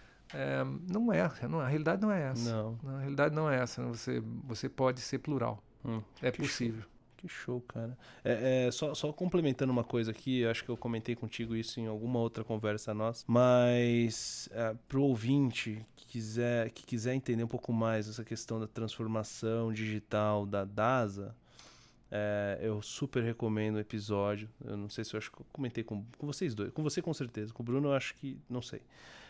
A realidade não é essa. A realidade não é essa. Você pode ser plural. É possível. Que show, cara. Só complementando uma coisa aqui, acho que eu comentei contigo isso em alguma outra conversa nossa, mas pro ouvinte que quiser entender um pouco mais essa questão da transformação digital da DASA, Eu super recomendo o episódio. Eu não sei se eu acho que eu comentei com vocês dois. Com você, com certeza. Com o Bruno, eu acho que... Não sei.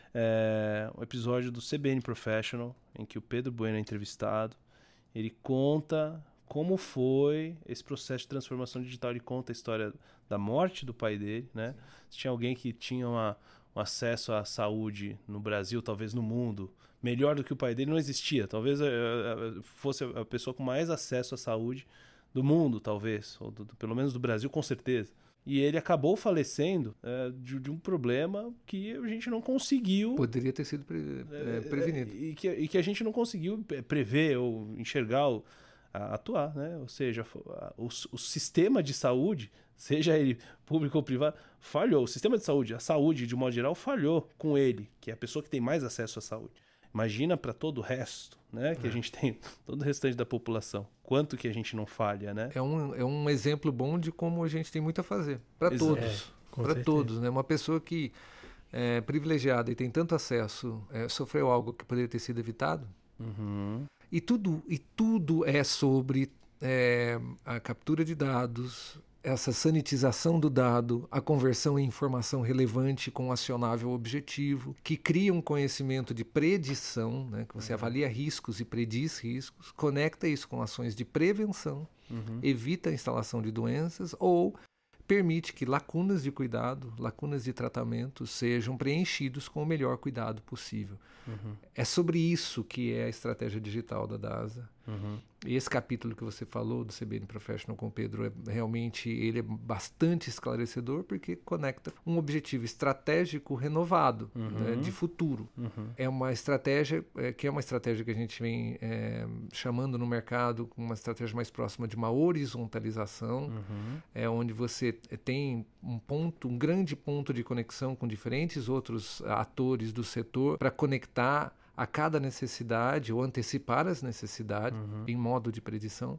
Um episódio do CBN Professional, em que o Pedro Bueno é entrevistado. Ele conta como foi esse processo de transformação digital. Ele conta a história da morte do pai dele, né? Se tinha alguém que tinha um acesso à saúde no Brasil, talvez no mundo, melhor do que o pai dele, não existia. Talvez fosse a pessoa com mais acesso à saúde do mundo, talvez, ou pelo menos do Brasil, com certeza. E ele acabou falecendo de um problema que a gente não conseguiu... Poderia ter sido prevenido. E que a gente não conseguiu prever ou enxergar, atuar, né? Ou seja, o sistema de saúde, seja ele público ou privado, falhou. O sistema de saúde, a saúde de modo geral, falhou com ele, que é a pessoa que tem mais acesso à saúde. Imagina para todo o resto, né? Que a gente tem, todo o restante da população. Quanto que a gente não falha, né? É um exemplo bom de como a gente tem muito a fazer. Para todos. Para todos, né? Uma pessoa que é privilegiada e tem tanto acesso, sofreu algo que poderia ter sido evitado. Uhum. E tudo é sobre a captura de dados, essa sanitização do dado, a conversão em informação relevante com acionável objetivo, que cria um conhecimento de predição, né, que você avalia riscos e prediz riscos, conecta isso com ações de prevenção, evita a instalação de doenças ou permite que lacunas de cuidado, lacunas de tratamento sejam preenchidos com o melhor cuidado possível. É sobre isso que é a estratégia digital da DASA. E esse capítulo que você falou do CBN Professional com o Pedro, realmente ele é bastante esclarecedor porque conecta um objetivo estratégico renovado, né, de futuro. É uma estratégia que a gente vem chamando no mercado como uma estratégia mais próxima de uma horizontalização, onde você tem um grande ponto de conexão com diferentes outros atores do setor para conectar a cada necessidade ou antecipar as necessidades em modo de predição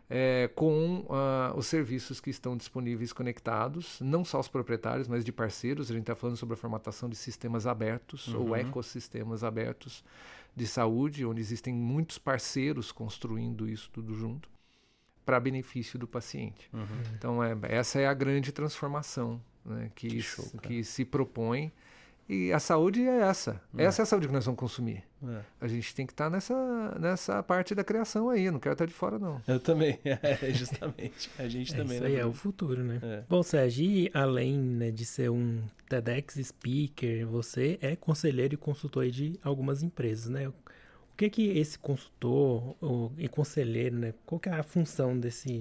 com os serviços que estão disponíveis conectados, não só os proprietários, mas de parceiros. A gente está falando sobre a formatação de sistemas abertos ou ecossistemas abertos de saúde, onde existem muitos parceiros construindo isso tudo junto para benefício do paciente. Então, essa é a grande transformação, né, que se propõe. E a saúde é essa. Essa é a saúde que nós vamos consumir. A gente tem que estar nessa parte da criação aí. Eu não quero estar de fora, não. Eu também. Justamente. A gente também. Isso aí é o futuro, né? Bom, Sérgio, e além, né, de ser um TEDx speaker, você é conselheiro e consultor aí de algumas empresas, né? O que esse consultor e conselheiro, né? Qual que é a função desse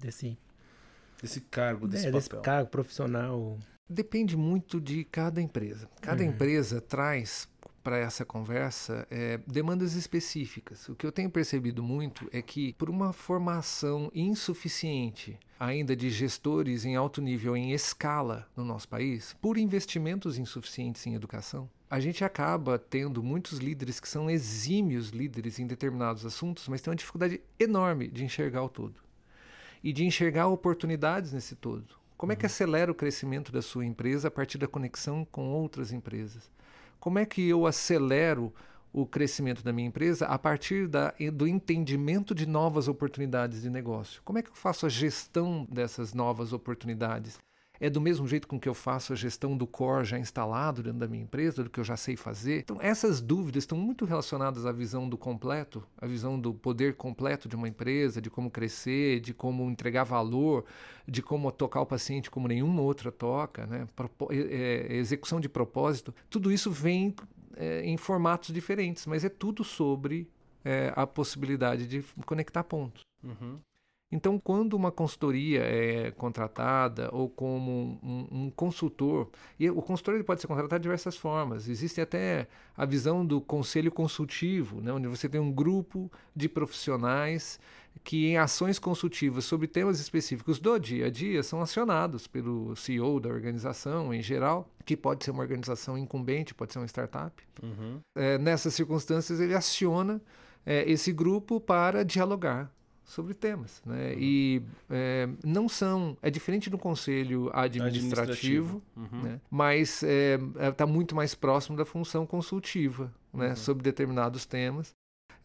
cargo, desse papel? Desse cargo profissional? Depende muito de cada empresa. Cada empresa traz para essa conversa demandas específicas. O que eu tenho percebido muito é que, por uma formação insuficiente ainda de gestores em alto nível, em escala no nosso país, por investimentos insuficientes em educação, a gente acaba tendo muitos líderes que são exímios líderes em determinados assuntos, mas têm uma dificuldade enorme de enxergar o todo e de enxergar oportunidades nesse todo. Como é que acelera o crescimento da sua empresa a partir da conexão com outras empresas? Como é que eu acelero o crescimento da minha empresa a partir do entendimento de novas oportunidades de negócio? Como é que eu faço a gestão dessas novas oportunidades? É do mesmo jeito com que eu faço a gestão do core já instalado dentro da minha empresa, do que eu já sei fazer? Então, essas dúvidas estão muito relacionadas à visão do completo, à visão do poder completo de uma empresa, de como crescer, de como entregar valor, de como tocar o paciente como nenhuma outra toca, né? Execução de propósito. Tudo isso vem em formatos diferentes, mas é tudo sobre a possibilidade de conectar pontos. Então, quando uma consultoria é contratada ou como um consultor, e o consultor ele pode ser contratado de diversas formas. Existe até a visão do conselho consultivo, né, onde você tem um grupo de profissionais que em ações consultivas sobre temas específicos do dia a dia são acionados pelo CEO da organização em geral, que pode ser uma organização incumbente, pode ser uma startup. Nessas circunstâncias ele aciona esse grupo para dialogar sobre temas, né? E não são... É diferente do conselho administrativo. Né? Mas está muito mais próximo da função consultiva, né? Sobre determinados temas.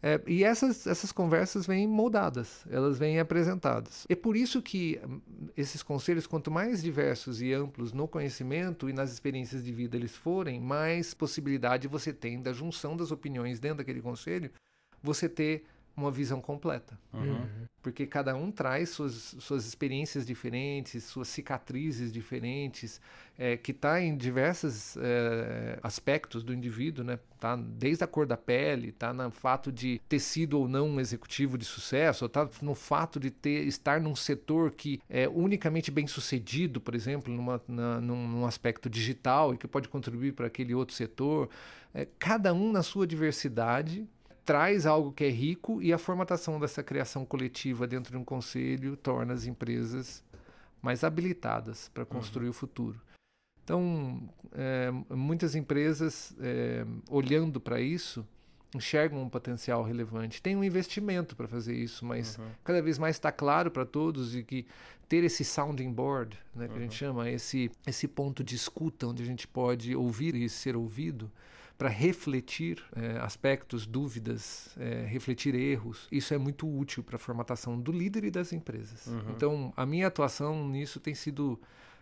E essas conversas vêm moldadas, elas vêm apresentadas. É por isso que esses conselhos, quanto mais diversos e amplos no conhecimento e nas experiências de vida eles forem, mais possibilidade você tem da junção das opiniões dentro daquele conselho, você ter uma visão completa. Porque cada um traz suas experiências diferentes, suas cicatrizes diferentes, que está em diversos aspectos do indivíduo, né? Tá desde a cor da pele, está no fato de ter sido ou não um executivo de sucesso, está no fato de estar num setor que é unicamente bem sucedido, por exemplo, num aspecto digital e que pode contribuir para aquele outro setor. Cada um na sua diversidade traz algo que é rico, e a formatação dessa criação coletiva dentro de um conselho torna as empresas mais habilitadas para construir o futuro. Então, muitas empresas, olhando para isso, enxergam um potencial relevante. Tem um investimento para fazer isso, mas cada vez mais está claro para todos e que ter esse sounding board, né, que a gente chama, esse ponto de escuta onde a gente pode ouvir e ser ouvido, para refletir aspectos, dúvidas, refletir erros. Isso é muito útil para a formatação do líder e das empresas. Então, a minha atuação nisso tem sido,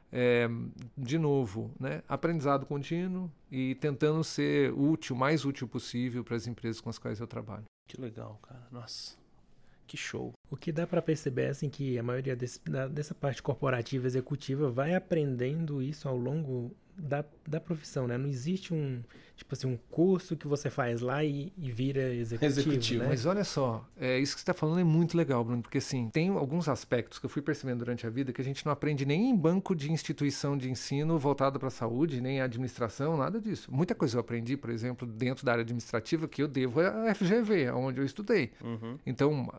de novo, né, aprendizado contínuo e tentando ser útil, o mais útil possível para as empresas com as quais eu trabalho. Que legal, cara. Nossa, que show. O que dá para perceber é assim, que a maioria dessa parte corporativa, executiva, vai aprendendo isso ao longo da profissão, né? Não existe um curso que você faz lá e vira executivo. Né? Mas olha só, isso que você está falando é muito legal, Bruno, porque assim, tem alguns aspectos que eu fui percebendo durante a vida que a gente não aprende nem em banco de instituição de ensino voltada para a saúde, nem administração, nada disso. Muita coisa eu aprendi, por exemplo, dentro da área administrativa, que eu devo à FGV, onde eu estudei. Então,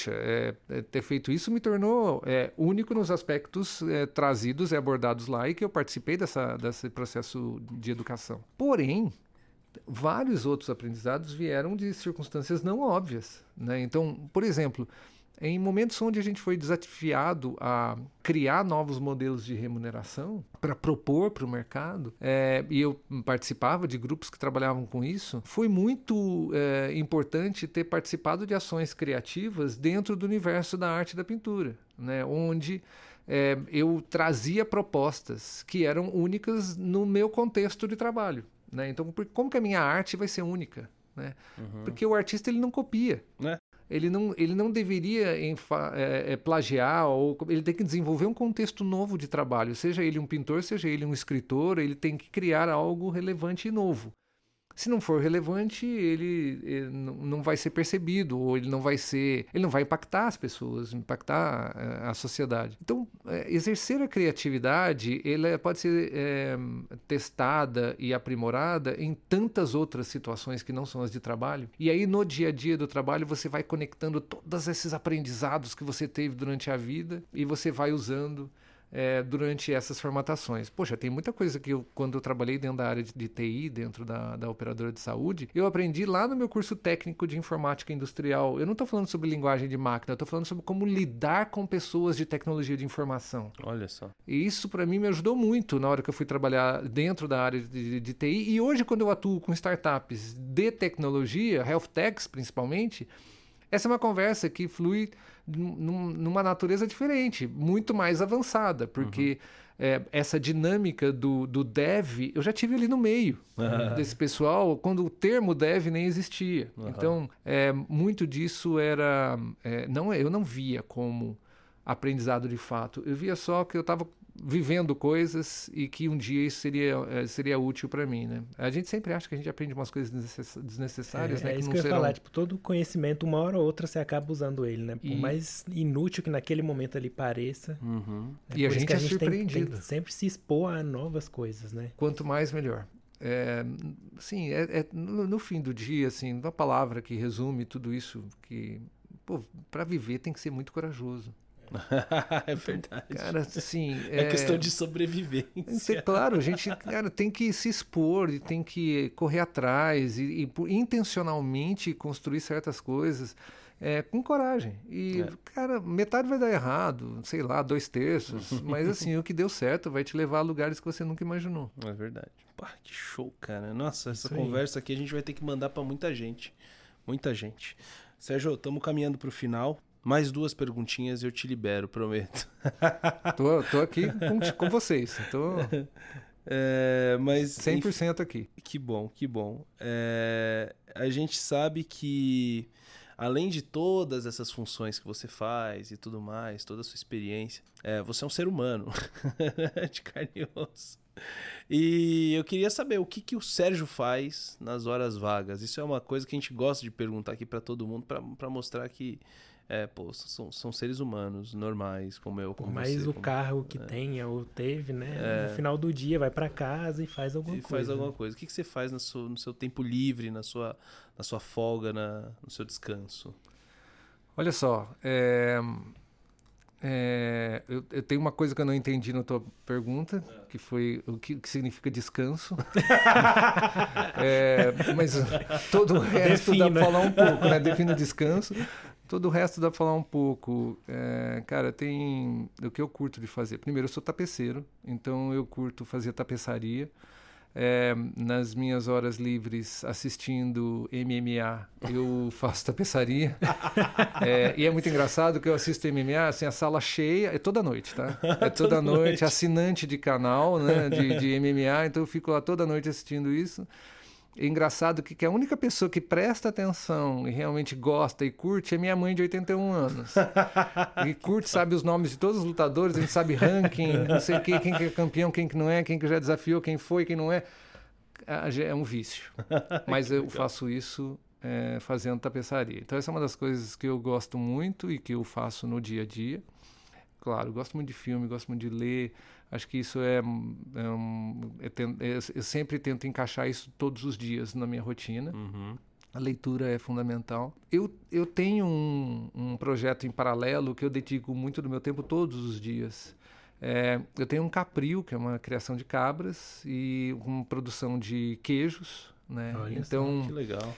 ter feito isso me tornou único nos aspectos trazidos e abordados lá e que eu participei desse processo de educação. Porém, vários outros aprendizados vieram de circunstâncias não óbvias, né? Então, por exemplo, em momentos onde a gente foi desafiado a criar novos modelos de remuneração para propor para o mercado, e eu participava de grupos que trabalhavam com isso, foi muito importante ter participado de ações criativas dentro do universo da arte e da pintura, né? Onde eu trazia propostas que eram únicas no meu contexto de trabalho, né? Então, como que a minha arte vai ser única? Né? Porque o artista ele não copia. Ele não deveria plagiar, ou ele tem que desenvolver um contexto novo de trabalho. Seja ele um pintor, seja ele um escritor, ele tem que criar algo relevante e novo. Se não for relevante, ele não vai ser percebido, ou ele não vai impactar as pessoas, impactar a sociedade. Então, exercer a criatividade, ela pode ser testada e aprimorada em tantas outras situações que não são as de trabalho. E aí, no dia a dia do trabalho, você vai conectando todos esses aprendizados que você teve durante a vida e você vai usando durante essas formatações. Poxa, tem muita coisa que quando eu trabalhei dentro da área de TI, dentro da operadora de saúde, eu aprendi lá no meu curso técnico de informática industrial. Eu não estou falando sobre linguagem de máquina, eu estou falando sobre como lidar com pessoas de tecnologia de informação. Olha só. E isso, para mim, me ajudou muito na hora que eu fui trabalhar dentro da área de TI. E hoje, quando eu atuo com startups de tecnologia, health techs principalmente, essa é uma conversa que flui numa natureza diferente, muito mais avançada, porque essa dinâmica do dev, eu já tive ali no meio desse pessoal, quando o termo dev nem existia. Então, muito disso eu não via como aprendizado de fato, eu via só que eu estava vivendo coisas e que um dia isso seria útil para mim, né? A gente sempre acha que a gente aprende umas coisas desnecessárias, né? É isso que eu ia falar, todo conhecimento, uma hora ou outra, você acaba usando ele, né? Por mais inútil que naquele momento ele pareça. E a gente é surpreendido. Tem que sempre se expor a novas coisas, né? Quanto mais, melhor. No fim do dia, assim, uma palavra que resume tudo isso, que, para viver tem que ser muito corajoso. É verdade. Cara, assim, é questão de sobrevivência. Claro, a gente tem que se expor e tem que correr atrás e intencionalmente construir certas coisas com coragem. E, cara, metade vai dar errado, sei lá, 2/3, mas assim, o que deu certo vai te levar a lugares que você nunca imaginou. É verdade. Pá, que show, cara. Nossa, essa conversa aqui a gente vai ter que mandar pra muita gente. Muita gente. Sérgio, estamos caminhando para o final. Mais 2 perguntinhas e eu te libero, prometo. Tô aqui com vocês. Tô mas 100% aqui. Que bom, que bom. A gente sabe que, além de todas essas funções que você faz e tudo mais, toda a sua experiência, você é um ser humano de carne e osso. E eu queria saber o que o Sérgio faz nas horas vagas. Isso é uma coisa que a gente gosta de perguntar aqui para todo mundo, para mostrar que são seres humanos normais, como eu, como Por mais você, o carro que tenha ou teve, né? No final do dia vai para casa e faz alguma coisa. O que você faz no seu tempo livre, na sua folga, no seu descanso? Olha só, eu tenho uma coisa que eu não entendi na tua pergunta, que foi o que significa descanso. Mas todo o resto dá para falar um pouco, né? Defina o descanso. Todo o resto dá para falar um pouco. Cara, tem o que eu curto de fazer. Primeiro, eu sou tapeceiro, então eu curto fazer tapeçaria. Nas minhas horas livres assistindo MMA, eu faço tapeçaria. E é muito engraçado que eu assisto MMA, assim, a sala cheia, é toda noite, tá? É toda noite, assinante de canal, né, de MMA, então eu fico lá toda noite assistindo isso. É engraçado que a única pessoa que presta atenção e realmente gosta e curte é minha mãe de 81 anos. E curte, sabe os nomes de todos os lutadores, a gente sabe ranking, não sei quem que é campeão, quem que não é, quem que já desafiou, quem foi, quem não é. É um vício. Mas eu faço isso fazendo tapeçaria. Então essa é uma das coisas que eu gosto muito e que eu faço no dia a dia. Claro, gosto muito de filme, gosto muito de ler. Acho que isso eu sempre tento encaixar isso todos os dias na minha rotina. Uhum. A leitura é fundamental. Eu tenho um projeto em paralelo que eu dedico muito do meu tempo todos os dias. Eu tenho um capril, que é uma criação de cabras, e uma produção de queijos, né? Olha então, só, que legal.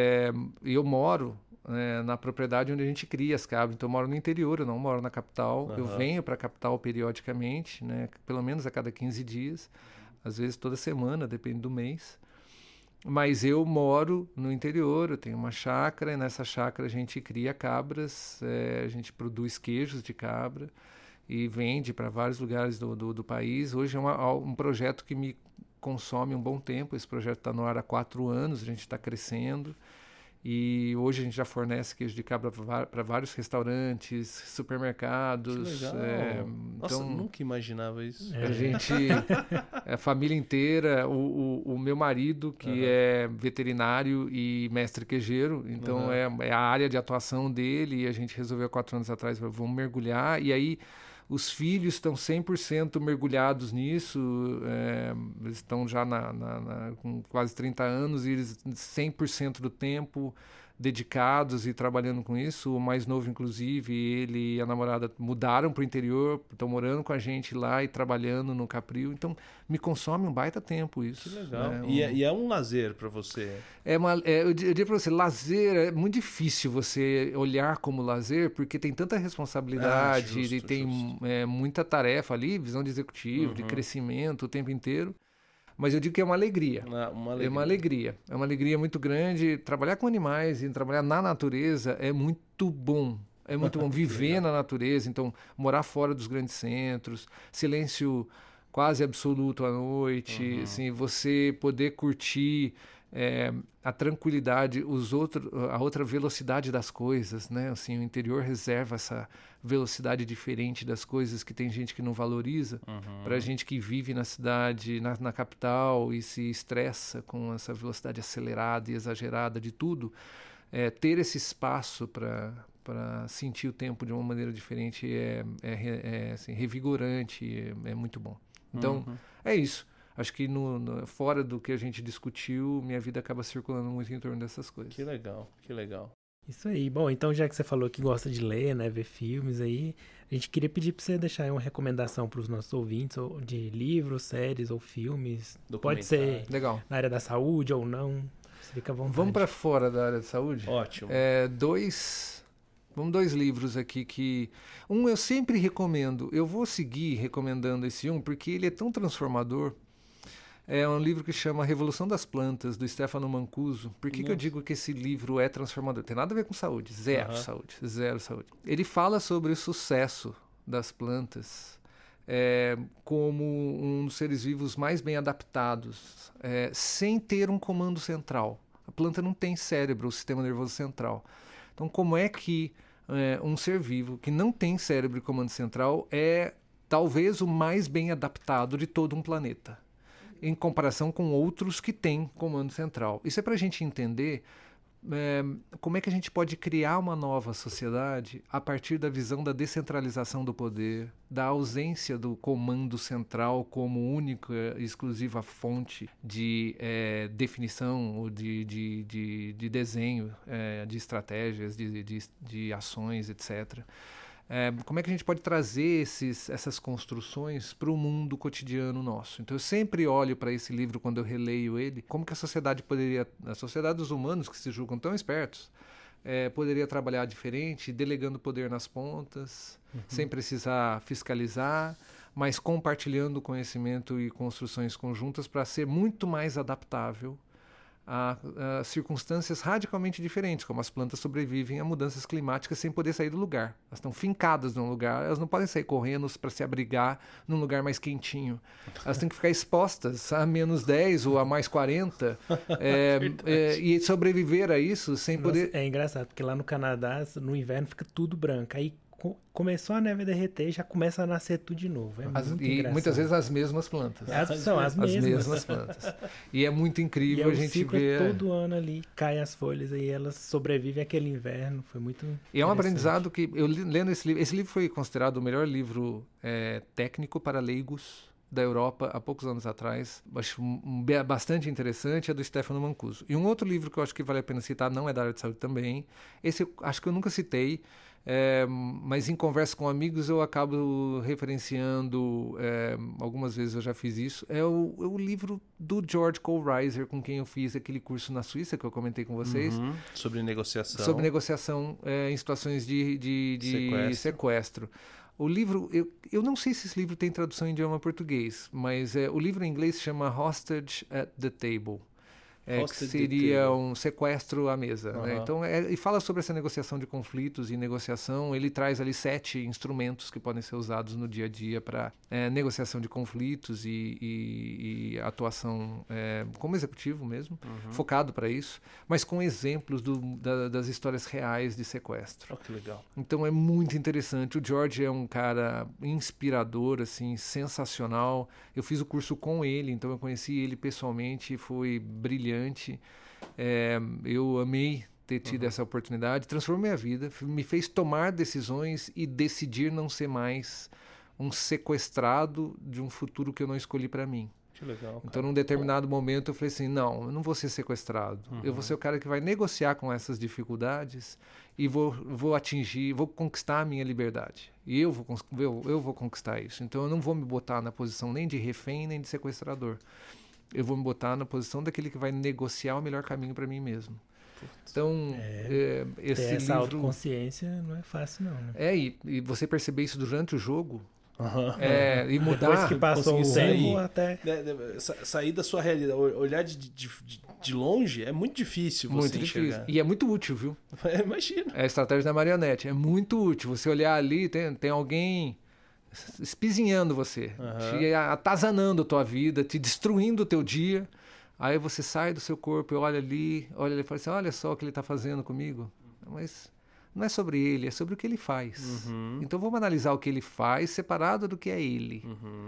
Eu moro na propriedade onde a gente cria as cabras. Então eu moro no interior, eu não moro na capital. Uhum. Eu venho para a capital periodicamente, né? Pelo menos a cada 15 dias, às vezes toda semana, depende do mês. Mas eu moro no interior, eu tenho uma chácara, e nessa chácara a gente cria cabras, a gente produz queijos de cabra e vende para vários lugares do país. Hoje é um projeto que me consome um bom tempo. Esse projeto está no ar há 4 anos, a gente está crescendo. E hoje a gente já fornece queijo de cabra para vários restaurantes, supermercados. Que legal. Nossa, então, nunca imaginava isso. A gente, a família inteira, o meu marido, que é veterinário e mestre queijeiro, então é a área de atuação dele, e a gente resolveu há 4 anos atrás, vamos mergulhar, e aí os filhos estão 100% mergulhados nisso, eles estão já com quase 30 anos e eles 100% do tempo dedicados e trabalhando com isso. O mais novo, inclusive, ele e a namorada mudaram para o interior, estão morando com a gente lá e trabalhando no Capril. Então, me consome um baita tempo isso. Que legal. Né? E é um lazer para você? Eu diria para você, lazer é muito difícil você olhar como lazer, porque tem tanta responsabilidade, justo. Tem muita tarefa ali, visão de executivo, de crescimento o tempo inteiro. Mas eu digo que é uma alegria. É uma alegria. É uma alegria muito grande. Trabalhar com animais e trabalhar na natureza é muito bom. É muito bom viver na natureza. Então, morar fora dos grandes centros, silêncio quase absoluto à noite, assim, você poder curtir a tranquilidade, a outra velocidade das coisas, né? Assim, o interior reserva essa velocidade diferente das coisas que tem gente que não valoriza. Para gente que vive na cidade, na capital e se estressa com essa velocidade acelerada e exagerada de tudo, ter esse espaço para sentir o tempo de uma maneira diferente assim, revigorante, é muito bom. Então, é isso. Acho que fora do que a gente discutiu, minha vida acaba circulando muito em torno dessas coisas. Que legal, que legal. Isso aí. Bom, então já que você falou que gosta de ler, né, ver filmes aí, a gente queria pedir para você deixar aí uma recomendação para os nossos ouvintes de livros, séries ou filmes. Pode ser legal. Na área da saúde ou não. Você fica à vontade. Vamos para fora da área de saúde? Ótimo. Vamos 2 livros aqui que... Um eu sempre recomendo. Eu vou seguir recomendando esse porque ele é tão transformador. É um livro que chama Revolução das Plantas, do Stefano Mancuso. Por que eu digo que esse livro é transformador? Tem nada a ver com saúde, zero saúde, zero saúde. Ele fala sobre o sucesso das plantas como um dos seres vivos mais bem adaptados, sem ter um comando central. A planta não tem cérebro, o sistema nervoso central. Então, como é que um ser vivo que não tem cérebro e comando central é talvez o mais bem adaptado de todo um planeta, em comparação com outros que têm comando central? Isso é para a gente entender como é que a gente pode criar uma nova sociedade a partir da visão da descentralização do poder, da ausência do comando central como única e exclusiva fonte de definição ou de desenho de estratégias, de ações, etc. Como é que a gente pode trazer essas construções para o mundo cotidiano nosso? Então eu sempre olho para esse livro quando eu releio ele, como que a sociedade dos humanos que se julgam tão espertos, poderia trabalhar diferente, delegando poder nas pontas, sem precisar fiscalizar, mas compartilhando conhecimento e construções conjuntas para ser muito mais adaptável a circunstâncias radicalmente diferentes, como as plantas sobrevivem a mudanças climáticas sem poder sair do lugar. Elas estão fincadas num lugar, elas não podem sair correndo para se abrigar num lugar mais quentinho. Elas têm que ficar expostas a menos 10 ou a mais 40 e sobreviver a isso sem poder... É engraçado, porque lá no Canadá, no inverno, fica tudo branco. Aí começou a neve a derreter e já começa a nascer tudo de novo. E muitas vezes as mesmas plantas. São as mesmas plantas. E é muito incrível a gente ver. Todo ano ali cai as folhas e elas sobrevivem àquele inverno. Foi muito E é um aprendizado que eu lendo esse livro foi considerado o melhor livro técnico para leigos da Europa há poucos anos atrás. Acho bastante interessante, é do Stefano Mancuso. E um outro livro que eu acho que vale a pena citar, não é da área de saúde também, esse eu acho que eu nunca citei, mas em conversa com amigos eu acabo referenciando, algumas vezes eu já fiz isso, é o livro do George Cole Reiser, com quem eu fiz aquele curso na Suíça que eu comentei com vocês. Sobre negociação. Sobre negociação em situações de sequestro. O livro, eu não sei se esse livro tem tradução em idioma português, mas o livro em inglês se chama Hostage at the Table. Que seria um sequestro à mesa. Né? Então, e fala sobre essa negociação de conflitos e negociação. Ele traz ali 7 instrumentos que podem ser usados no dia a dia para negociação de conflitos e atuação como executivo mesmo, focado para isso, mas com exemplos das histórias reais de sequestro. Que legal. Então, é muito interessante. O George é um cara inspirador, assim, sensacional. Eu fiz o curso com ele, então eu conheci ele pessoalmente, foi brilhante. Eu amei ter tido essa oportunidade, transformou minha vida, me fez tomar decisões e decidir não ser mais um sequestrado de um futuro que eu não escolhi para mim. Que legal, cara. Então, num determinado momento, eu falei assim, não, eu não vou ser sequestrado. Eu vou ser o cara que vai negociar com essas dificuldades e vou conquistar a minha liberdade. E eu vou conquistar isso. Então, eu não vou me botar na posição nem de refém, nem de sequestrador. Eu vou me botar na posição daquele que vai negociar o melhor caminho para mim mesmo. Então, esse ter essa livro... autoconsciência não é fácil, não. Né? E você perceber isso durante o jogo... e mudar... Depois que passou o rumo até... Sair da sua realidade, olhar de longe é muito difícil você muito enxergar. Difícil. E é muito útil, viu? Imagina. É a estratégia da marionete. É muito útil. Você olhar ali, tem alguém... espizinhando você, te atazanando a tua vida, te destruindo o teu dia. Aí você sai do seu corpo e olha ali e fala assim, olha só o que ele está fazendo comigo. Mas não é sobre ele, é sobre o que ele faz. Então vamos analisar o que ele faz separado do que é ele.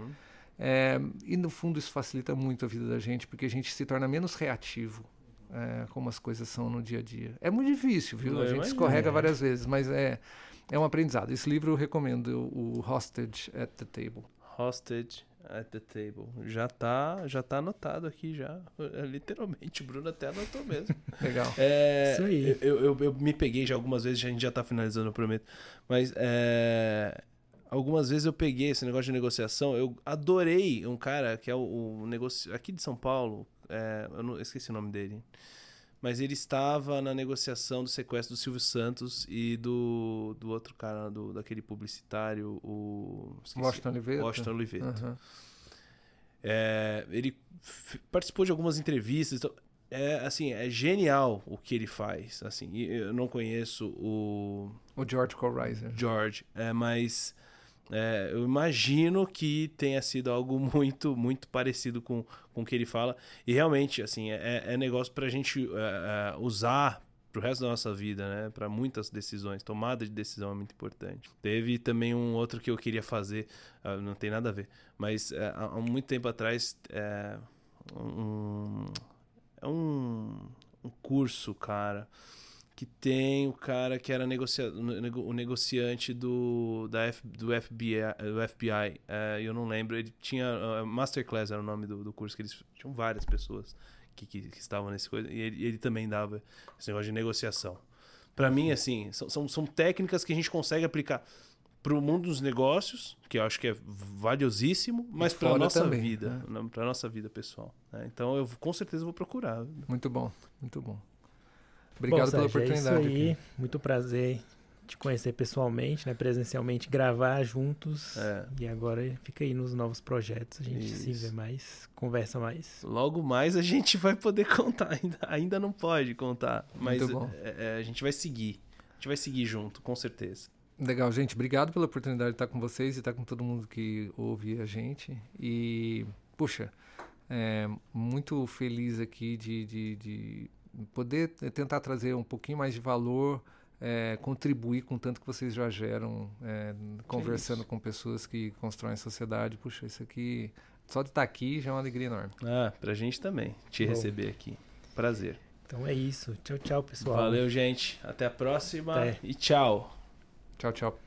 E no fundo isso facilita muito a vida da gente, porque a gente se torna menos reativo, como as coisas são no dia a dia. É muito difícil, viu? A gente escorrega várias vezes, mas é um aprendizado. Esse livro eu recomendo, o Hostage at the Table. Hostage at the Table. Já tá anotado aqui já. Literalmente, o Bruno até anotou mesmo. Legal. Isso aí. Eu me peguei já algumas vezes, a gente já tá finalizando, eu prometo. Mas algumas vezes eu peguei esse negócio de negociação. Eu adorei um cara que é o negócio aqui de São Paulo. Eu esqueci o nome dele. Mas ele estava na negociação do sequestro do Silvio Santos e do outro cara, daquele publicitário, Washington Oliveto. Washington Oliveto. Ele participou de algumas entrevistas. Então, é genial o que ele faz. Assim, eu não conheço o George Colreiser. Mas eu imagino que tenha sido algo muito, muito parecido com o que ele fala. E realmente, assim, é negócio pra gente usar pro resto da nossa vida, né? Para muitas decisões. Tomada de decisão é muito importante. Teve também um outro que eu queria fazer, não tem nada a ver, mas há muito tempo atrás um curso, cara, que tem o cara que era o negociante do FBI. Eu não lembro, ele tinha Masterclass era o nome do curso, que eles tinham várias pessoas que estavam nesse coisa, e ele também dava esse negócio de negociação. Para mim, assim, são técnicas que a gente consegue aplicar para o mundo dos negócios, que eu acho que é valiosíssimo, mas para a nossa também, vida, né? Para a nossa vida pessoal. Né? Então, eu com certeza vou procurar. Muito bom, muito bom. Obrigado pela oportunidade. É isso aí, muito prazer te conhecer pessoalmente, né, presencialmente, gravar juntos. E agora fica aí nos novos projetos, a gente se vê mais, conversa mais. Logo mais a gente vai poder contar, ainda não pode contar, mas a gente vai seguir. A gente vai seguir junto, com certeza. Legal, gente. Obrigado pela oportunidade de estar com vocês e estar com todo mundo que ouve a gente. E, puxa, muito feliz aqui de poder tentar trazer um pouquinho mais de valor, contribuir com tanto que vocês já geram, conversando com pessoas que constroem a sociedade. Puxa, isso aqui, só de estar aqui já é uma alegria enorme. Pra gente também, te receber aqui. Prazer. Então é isso. Tchau, tchau, pessoal. Valeu, gente. Até a próxima e tchau. Tchau, tchau.